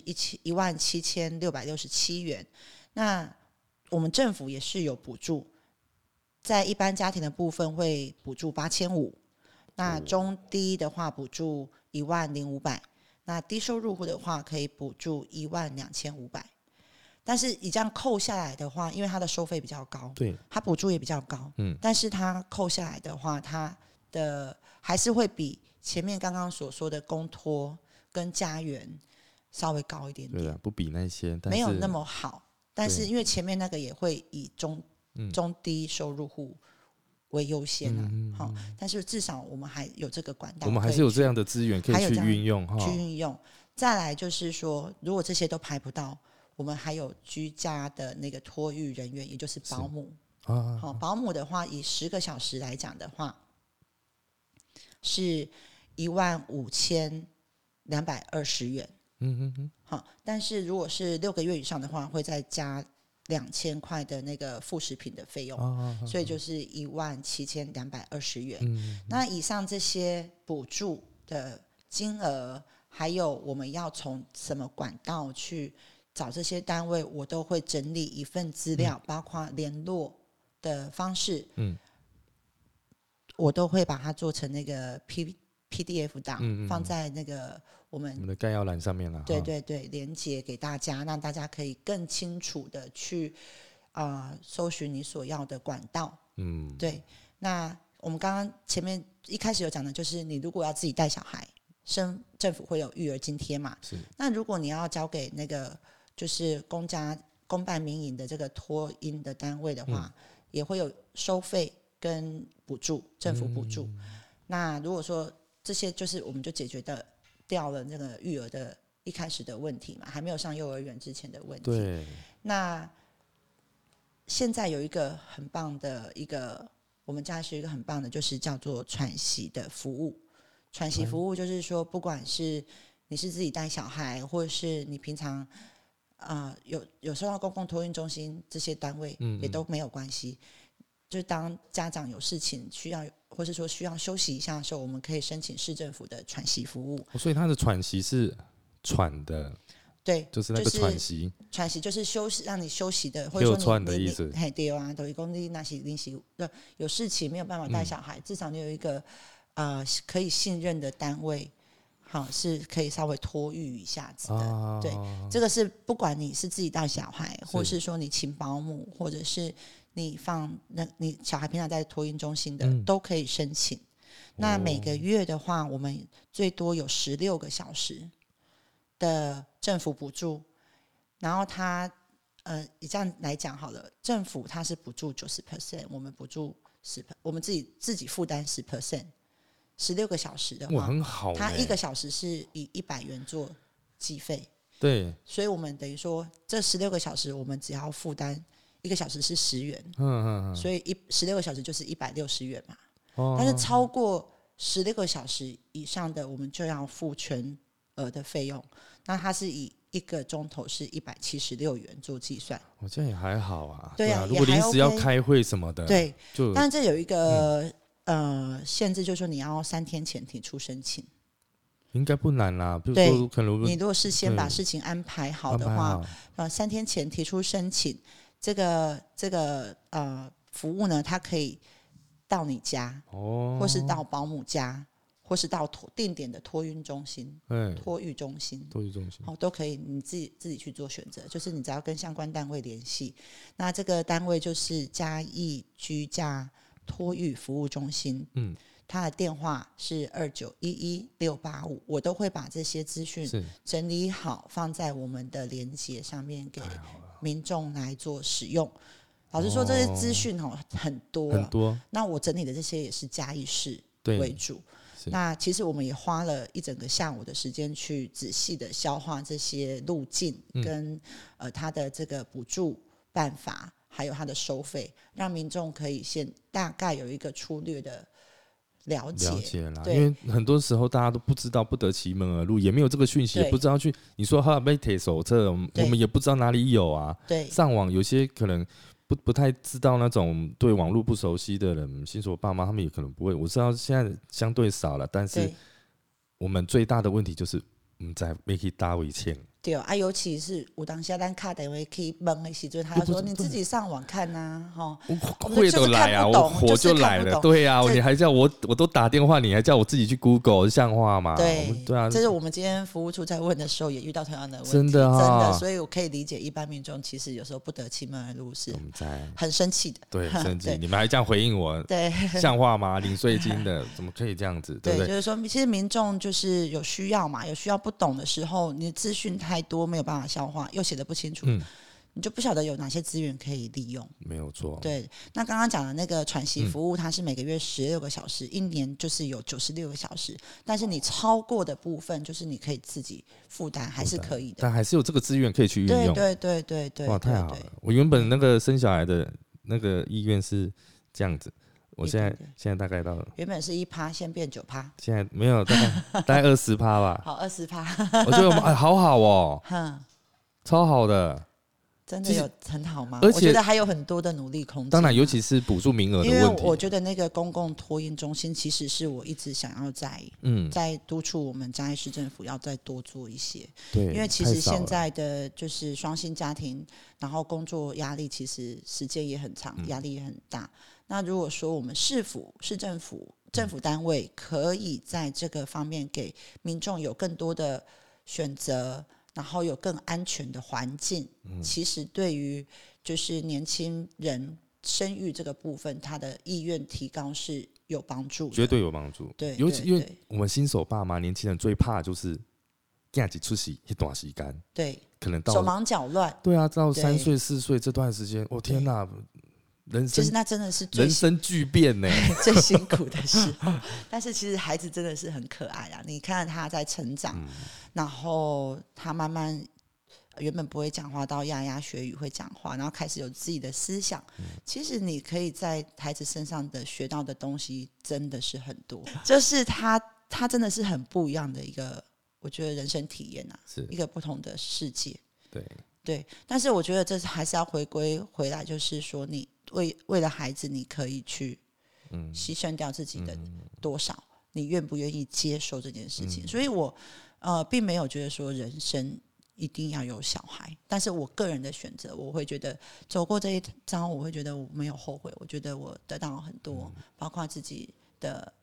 17667元。那我们政府也是有补助，在一般家庭的部分会补助8500。那中低的话补助10500，那低收入户的话可以补助12500。但是你这样扣下来的话，因为它的收费比较高， 对， 它补助也比较高，但是它扣下来的话，它的还是会比前面刚刚所说的公托跟家园稍微高一点点， 对啊，不比那些，但是没有那么好。但是因为前面那个也会以中低收入户为优先啊，但是至少我们还有这个管道， 我们还是有这样的资源可以去运用再来就是说，如果这些都排不到，我们还有居家的那个托育人员，也就是保姆。保姆的话，以10个小时来讲的话，是15220元。但是如果是6个月以上的话，会再加2000块的那个副食品的费用，所以就是17220元。那以上这些补助的金额，还有我们要从什么管道去找这些单位，我都会整理一份资料，包括联络的方式，我都会把它做成那个 PDF 档，放在那个我们的概要栏上面了。 对对对，连结给大家，让大家可以更清楚的去搜寻你所要的管道。对。那我们刚刚前面一开始有讲的，就是你如果要自己带小孩，政府会有育儿津贴嘛。那如果你要交给那个就是公公办民营的这个托婴的单位的话，也会有收费跟补助，政府补助。那如果说这些就是我们就解决掉了那个育儿的一开始的问题嘛，还没有上幼儿园之前的问题。 对。 那现在有一个很棒的我们家是一个很棒的，就是叫做喘息的服务。喘息服务就是说，不管是你是自己带小孩，或者是你平常有收到公共托运中心这些单位，也都没有关系。就是当家长有事情需要，或是说需要休息一下的时候，我们可以申请市政府的喘息服务。 所以他的喘息是喘的。 对， 就是那个喘息， 喘息就是休息，让你休息的，或者说喘的意思。 对啊，等于说你那些临时有事情没有办法带小孩，至少你有一个可以信任的单位，好是可以稍微托育一下子的。对，这个是不管你是自己带小孩，或是说你请保姆，或者是你你小孩平常在托婴中心的，都可以申请。那每个月的话，我们最多有16个小时的政府补助，然后以这样来讲好了，政府它是补助90%，我们补助10%，我们自己负担10%，16个小时的话， 很好。 它1个小时是以100元做计费， 对， 所以我们等于说这16个小时我们只要负担1个小时是10元，所以16个小时就是160元嘛。但是超过16个小时以上的，我们就要付全额的费用。那它是以1个钟头是176元做计算。这样也还好啊。对啊， 如果临时要开会什么的， 对，但这有一个限制，就是说你要3天前提出申请。 应该不难啦，比如说可能你如果是先把事情安排好的话，3天前提出申请，这个服务呢，它可以到你家，或是到保姆家，或是到定点的托运中心、托育中心，都可以，你自己去做选择。就是你只要跟相关单位联系，那这个单位就是嘉义居家托育服务中心，它的电话是2911-685，我都会把这些资讯整理好，放在我们的连结上面给民众来做使用。老实说，这些资讯很多，那我整理的这些也是嘉义市为主。那其实我们也花了一整个下午的时间去仔细的消化这些路径跟它的这个补助办法，还有它的收费，让民众可以先大概有一个粗略的了解啦。因为很多时候大家都不知道，不得其门而入，也没有这个讯息，也不知道去你说哈贝铁手册，我们也不知道哪里有啊。 对， 上网有些可能不太知道，那种对网络不熟悉的人，新手爸妈他们也可能不会。我知道现在相对少了，但是我们最大的问题就是我们在没去打围签。 对啊，尤其是有当下咱打电话去问的时候，他说你自己上网看啊， 会都来啊，我火就来了，对啊，你还叫我都打电话，你还叫我自己去 Google， 像话吗？ 对啊，这是我们今天服务处在问的时候也遇到同样的问题，真的，所以我可以理解一般民众其实有时候不得其门而入是很生气的， 对，生气，你们还这样回应我，对，像话吗？领税金的怎么可以这样子？对不对？ 就是说，其实民众就是有需要嘛，有需要不懂的时候，你的资讯太多没有办法消化，又写得不清楚，你就不晓得有哪些资源可以利用。 没有错。 对，那刚刚讲的那个喘息服务，它是每个月16个小时，一年就是有96个小时，但是你超过的部分，就是你可以自己负担，还是可以的。 但还是有这个资源可以去运用。 对。 哇，太好了！我原本那个生小孩的那个意愿是这样子。我现在大概到了， 原本是1%，先变9%， 现在没有，大概20%吧。 好，20%， 我觉得我们好好哦，超好的， 真的有很好吗？我觉得还有很多的努力空间。 当然，尤其是补助名额的问题。 因为我觉得那个公共托婴中心，其实是我一直想要在督促我们嘉义市政府要再多做一些。 对， 因为其实现在的就是双薪家庭，然后工作压力其实时间也很长，压力也很大。那如果说我们市政府政府单位可以在这个方面给民众有更多的选择，然后有更安全的环境，其实对于就是年轻人生育这个部分，他的意愿提高是有帮助的， 绝对有帮助。 对， 尤其因为我们新手爸妈、年轻人最怕就是囝一出世一段时间， 对， 可能到手忙脚乱， 对啊，到对 3岁4岁这段时间，我天哪，人生其实那真的是人生巨变呢。 最辛苦的时候。但是其实孩子真的是很可爱啊，你看他在成长，然后他慢慢原本不会讲话到牙牙学语会讲话，然后开始有自己的思想。其实你可以在孩子身上的学到的东西真的是很多，就是他真的是很不一样的一个，我觉得人生体验啊， 是一个不同的世界。 对， 但是我觉得这还是要回归回来，就是说你为了孩子，你可以去牺牲掉自己的多少，你愿不愿意接受这件事情？所以我并没有觉得说人生一定要有小孩，但是我个人的选择，我会觉得走过这一遭，我会觉得我没有后悔，我觉得我得到很多，包括自己的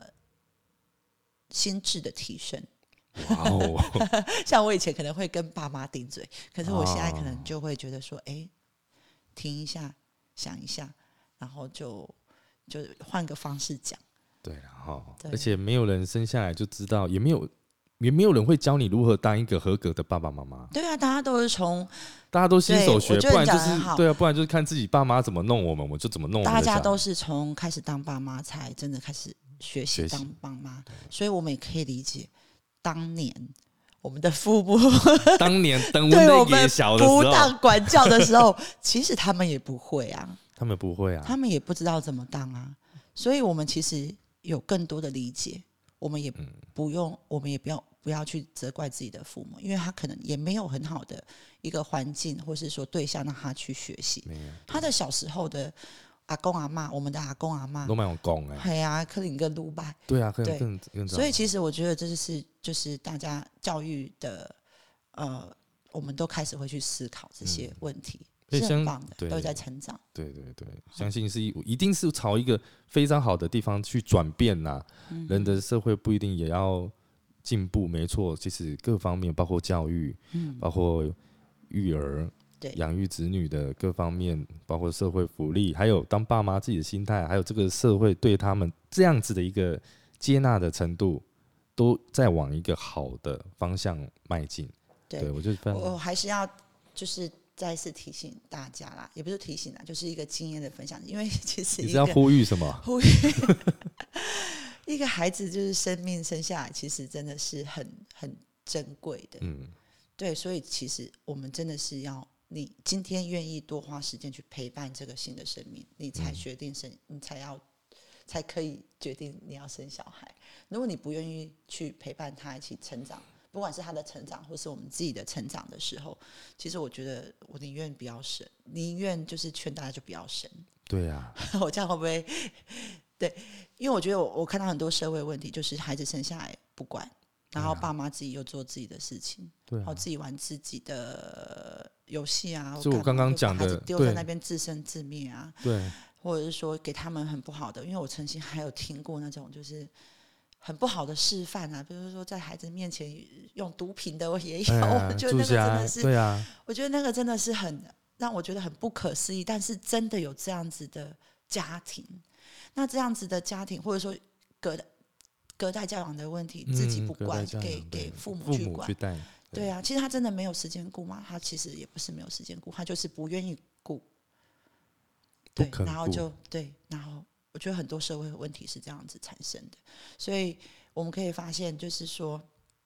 心智的提升。 哇哦， 像我以前可能会跟爸妈顶嘴，可是我现在可能就会觉得说，停一下，想一下，然后就换个方式讲。 对了哈，而且没有人生下来就知道，也没有人会教你如何当一个合格的爸爸妈妈。 对啊，大家都新手学，不然就是对啊，不然就是看自己爸妈怎么弄我们，我们就怎么弄我们。 大家都是从开始当爸妈才真的开始学习当爸妈，所以我们也可以理解当年我们的父母当年等我们也小的时候， 不当管教的时候，其实他们也不会啊， 他们不会啊， 他们也不知道怎么当啊，所以我们其实有更多的理解，我们也不用，我们也不要去责怪自己的父母，因为他可能也没有很好的一个环境，或是说对象让他去学习。他的小时候的阿公阿嬷，我们的阿公阿嬷都蛮有讲的， 对啊，可能更鲁拜， 对啊，更所以其实我觉得这就是大家教育的我们都开始会去思考这些问题，是很棒的，都在成长。 对，相信一定是朝一个非常好的地方去转变啦。人的社会不一定也要进步，没错，其实各方面，包括教育，包括育儿。养育子女的各方面，包括社会福利，还有当爸妈自己的心态，还有这个社会对他们这样子的一个接纳的程度，都在往一个好的方向迈进。对，我还是要就是再一次提醒大家啦，也不是提醒啦，就是一个经验的分享。因为其实你是要呼吁什么？ 呼吁一个孩子就是生命生下来，其实真的是很珍贵的。对，所以其实我们真的是要。你今天愿意多花时间去陪伴这个新的生命，你才决定你才可以决定你要生小孩。如果你不愿意去陪伴他一起成长，不管是他的成长或是我们自己的成长的时候，其实我觉得我宁愿不要生，宁愿就是劝大家就不要生。 对啊， 我这样会不会？对，因为我觉得我看到很多社会问题，就是孩子生下来不管。然后爸妈自己又做自己的事情，然后自己玩自己的游戏啊， 就我刚刚讲的， 丢在那边自生自灭啊， 对， 或者是说给他们很不好的，因为我曾经还有听过那种就是很不好的示范啊，比如说在孩子面前用毒品的，我也有，我觉得那个真的是， 对啊， 我觉得那个真的是很让我觉得很不可思议，但是真的有这样子的家庭，那这样子的家庭或者说隔代教养的问题，自己不管，给父母去管。对啊，其实他真的没有时间顾嘛，他其实也不是没有时间顾，他就是不愿意顾。对，然后然后我觉得很多社会问题是这样子产生的，所以我们可以发现，就是说，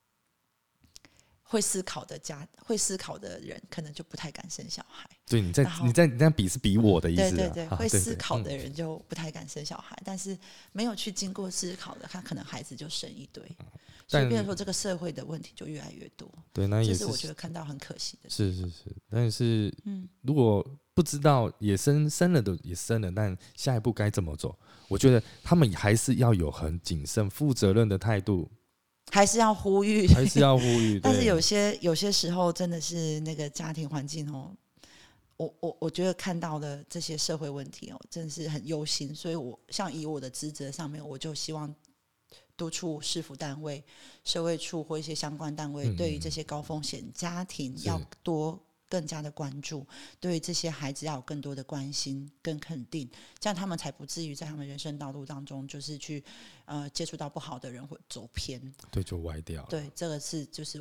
会思考的人，可能就不太敢生小孩。 对，你这样比是比我的意思啊。 对，会思考的人就不太敢生小孩，但是没有去经过思考的，他可能孩子就生一堆，所以变成说这个社会的问题就越来越多。 对，那也是我觉得看到很可惜的。 是，但是如果不知道也生了的也生了，但下一步该怎么走？我觉得他们还是要有很谨慎、负责任的态度。 还是要呼吁，但是有些时候真的是那个家庭环境哦，我觉得看到的这些社会问题哦，真的是很忧心。所以像以我的职责上面，我就希望督促市府单位、社会处或一些相关单位，对于这些高风险家庭要更加的关注，对于这些孩子要有更多的关心跟肯定，这样他们才不至于在他们人生道路当中就是去接触到不好的人或走偏， 对，就歪掉了。 对，这个是就是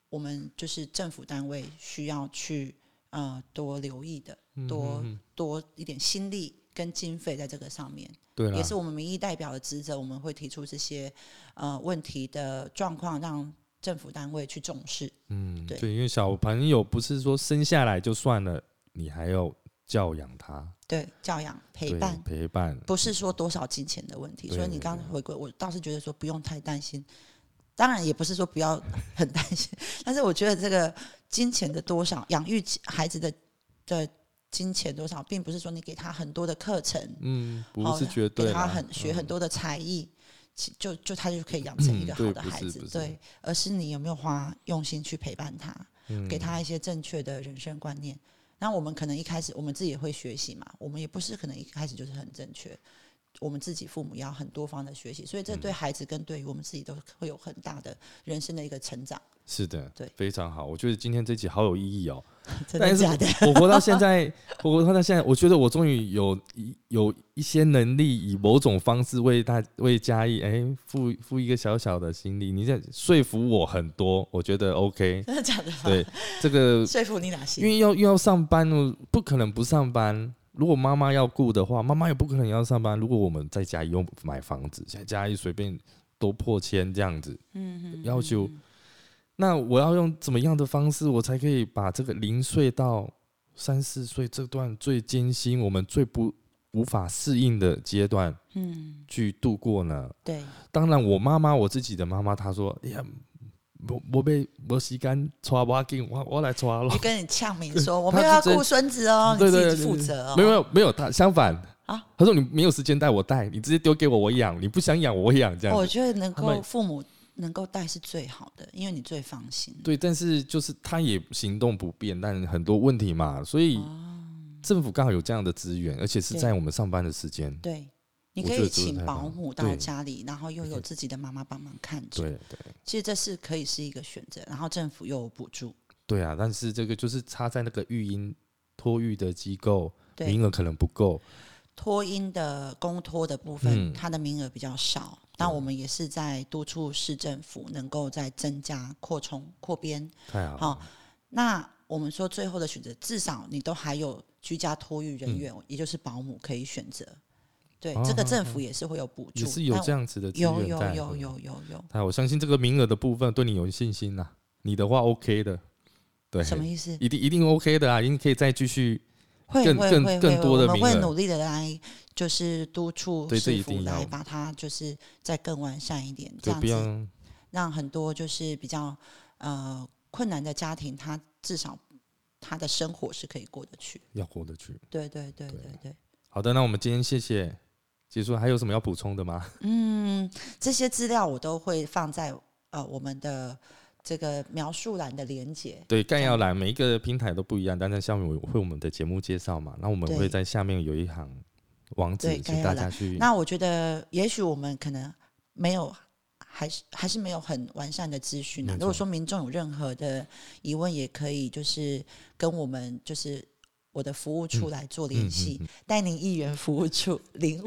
我们就是政府单位需要去多留意的，多一点心力跟经费在这个上面。 对啦， 也是我们民意代表的职责，我们会提出这些问题的状况，让政府单位去重视。 对，因为小朋友不是说生下来就算了，你还要教养他。 对，教养陪伴，不是说多少金钱的问题。所以你刚刚回归，我倒是觉得说不用太担心。当然也不是说不要很担心，但是我觉得这个金钱的多少，养育孩子的金钱多少，并不是说你给他很多的课程， 不是绝对给他学很多的才艺，就他就可以养成一个好的孩子，对，而是你有没有用心去陪伴他，给他一些正确的人生观念。那我们可能一开始我们自己也会学习嘛，我们也不是可能一开始就是很正确，我们自己父母要很多方的学习，所以这对孩子跟对于我们自己都会有很大的人生的一个成长。 是的， 对， 非常好。我觉得今天这集好有意义哦。 真的假的？ 我活到现在，我觉得我终于有一些能力，以某种方式为嘉义付一个小小的心力。你在说服我很多，我觉得 OK。 真的假的？ 对，这个说服你哪些？ 因为又要上班，不可能不上班。如果妈妈要顾的话，妈妈也不可能要上班。如果我们在家又买房子，现在家里随便都破千这样子，要求。那我要用怎么样的方式，我才可以把这个0岁到3、4岁这段最艰辛、我们最无法适应的阶段，去度过呢？ 对， 当然我自己的妈妈，她说：“哎呀，没时间抓我来抓了。” 就跟你呛明说：“我们要顾孙子哦，你自己负责哦。” 没有，他相反啊，他说：“你没有时间带我带，你直接丢给我养，你不想养我养这样。” 我觉得能够父母能够带是最好的，因为你最放心。 对，但是就是他也行动不便，但很多问题嘛，所以政府刚好有这样的资源，而且是在我们上班的时间。 对，你可以请保姆到家里，然后又有自己的妈妈帮忙看着。 对， 其实这可以是一个选择，然后政府又有补助。 对啊，但是这个就是差在那个托育的机构名额可能不够。 托婴的公托的部分，它的名额比较少。那我们也是在督促市政府能够再增加、扩编。 太好了。 那我们说最后的选择，至少你都还有居家托育人员，也就是保姆可以选择。对，这个政府也是会有补助， 也是有这样子的资源在。 有。 我相信这个名额的部分对你有信心啦。你的话 OK 的，对， 什么意思？ 一定 OK 的啊，一定可以再继续。更多的名额， 我们会努力的来，就是督促市府来把它就是再更完善一点，这样子让很多就是比较困难的家庭，他至少他的生活是可以过得去， 要过得去。对。 好的，那我们今天谢谢结束，还有什么要补充的吗？ 这些资料我都会放在我们的这个描述栏的连结， 对，概要栏每一个平台都不一样，但是下面会我们的节目介绍嘛，那我们会在下面有一行网址，请大家去。 那我觉得，也许我们可能没有，还是没有很完善的资讯啊。如果说民众有任何的疑问，也可以就是跟我们就是我的服务处来做联系，带您议员服务处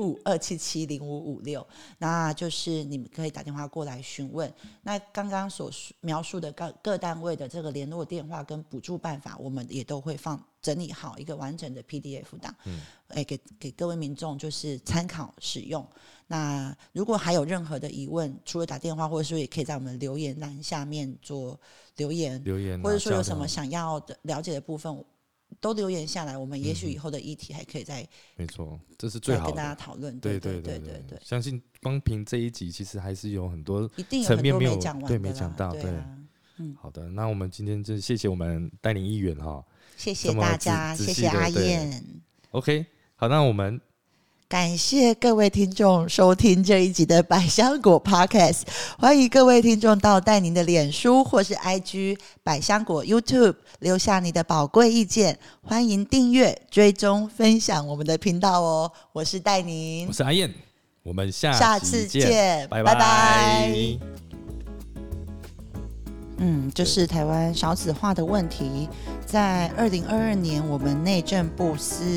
0527705556，那就是你们可以打电话过来询问。那刚刚所描述的各单位的这个联络电话跟补助办法，我们也都会整理好一个完整的 PDF 档，给各位民众就是参考使用。那如果还有任何的疑问，除了打电话，或者说也可以在我们留言栏下面做留言，或者说有什么想要的了解的部分，都留言下来，我们也许以后的议题还可以再没错，这是最好的跟大家讨论。 对，相信光凭这一集，其实还是有很多层面没讲完， 没讲到。对，好的，那我们今天就谢谢我们带领议员哈， 谢谢大家，谢谢阿燕。 OK， 好，那我们感谢各位听众收听这一集的百香果 Podcast， 欢迎各位听众到带您的脸书或是 IG 百香果 YouTube 留下你的宝贵意见，欢迎订阅、追踪、分享我们的频道哦。我是戴宁， 我是阿燕，我们下次见，拜拜。就是台湾少子化的问题，在2022年，我们内政部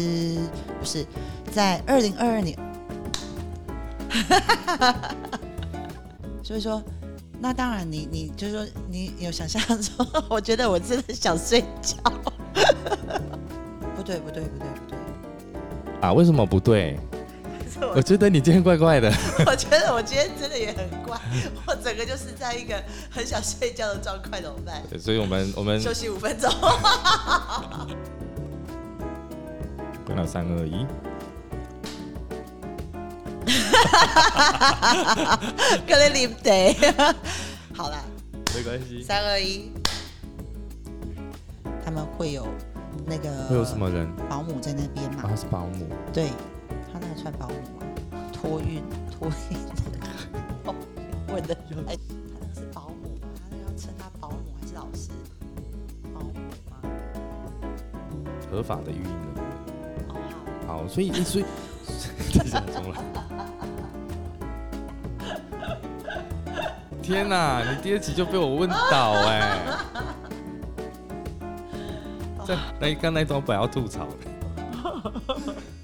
在2022年，所以说那当然你就是说你有想象说，我觉得我真的想睡觉。不对啊，为什么不对？我觉得你今天怪怪的。 我觉得我今天真的也很怪，我整个就是在一个很想睡觉的状态，怎么办？ 所以我们休息5分钟。 关了3、2、1。 可能你得。好啦， 没关系。 3、2、1。他们会有那个会有什么人？ 保姆在那边嘛？ 他是保姆。 对，他那个算保姆吗？托运。问的他那个是保姆吗？他那个要称他保姆还是老师？保姆吗？ 合法的育婴人员。 哦， 好，所以再讲重来。天哪，你第2集就被我问倒哎！那刚那段本来要吐槽的。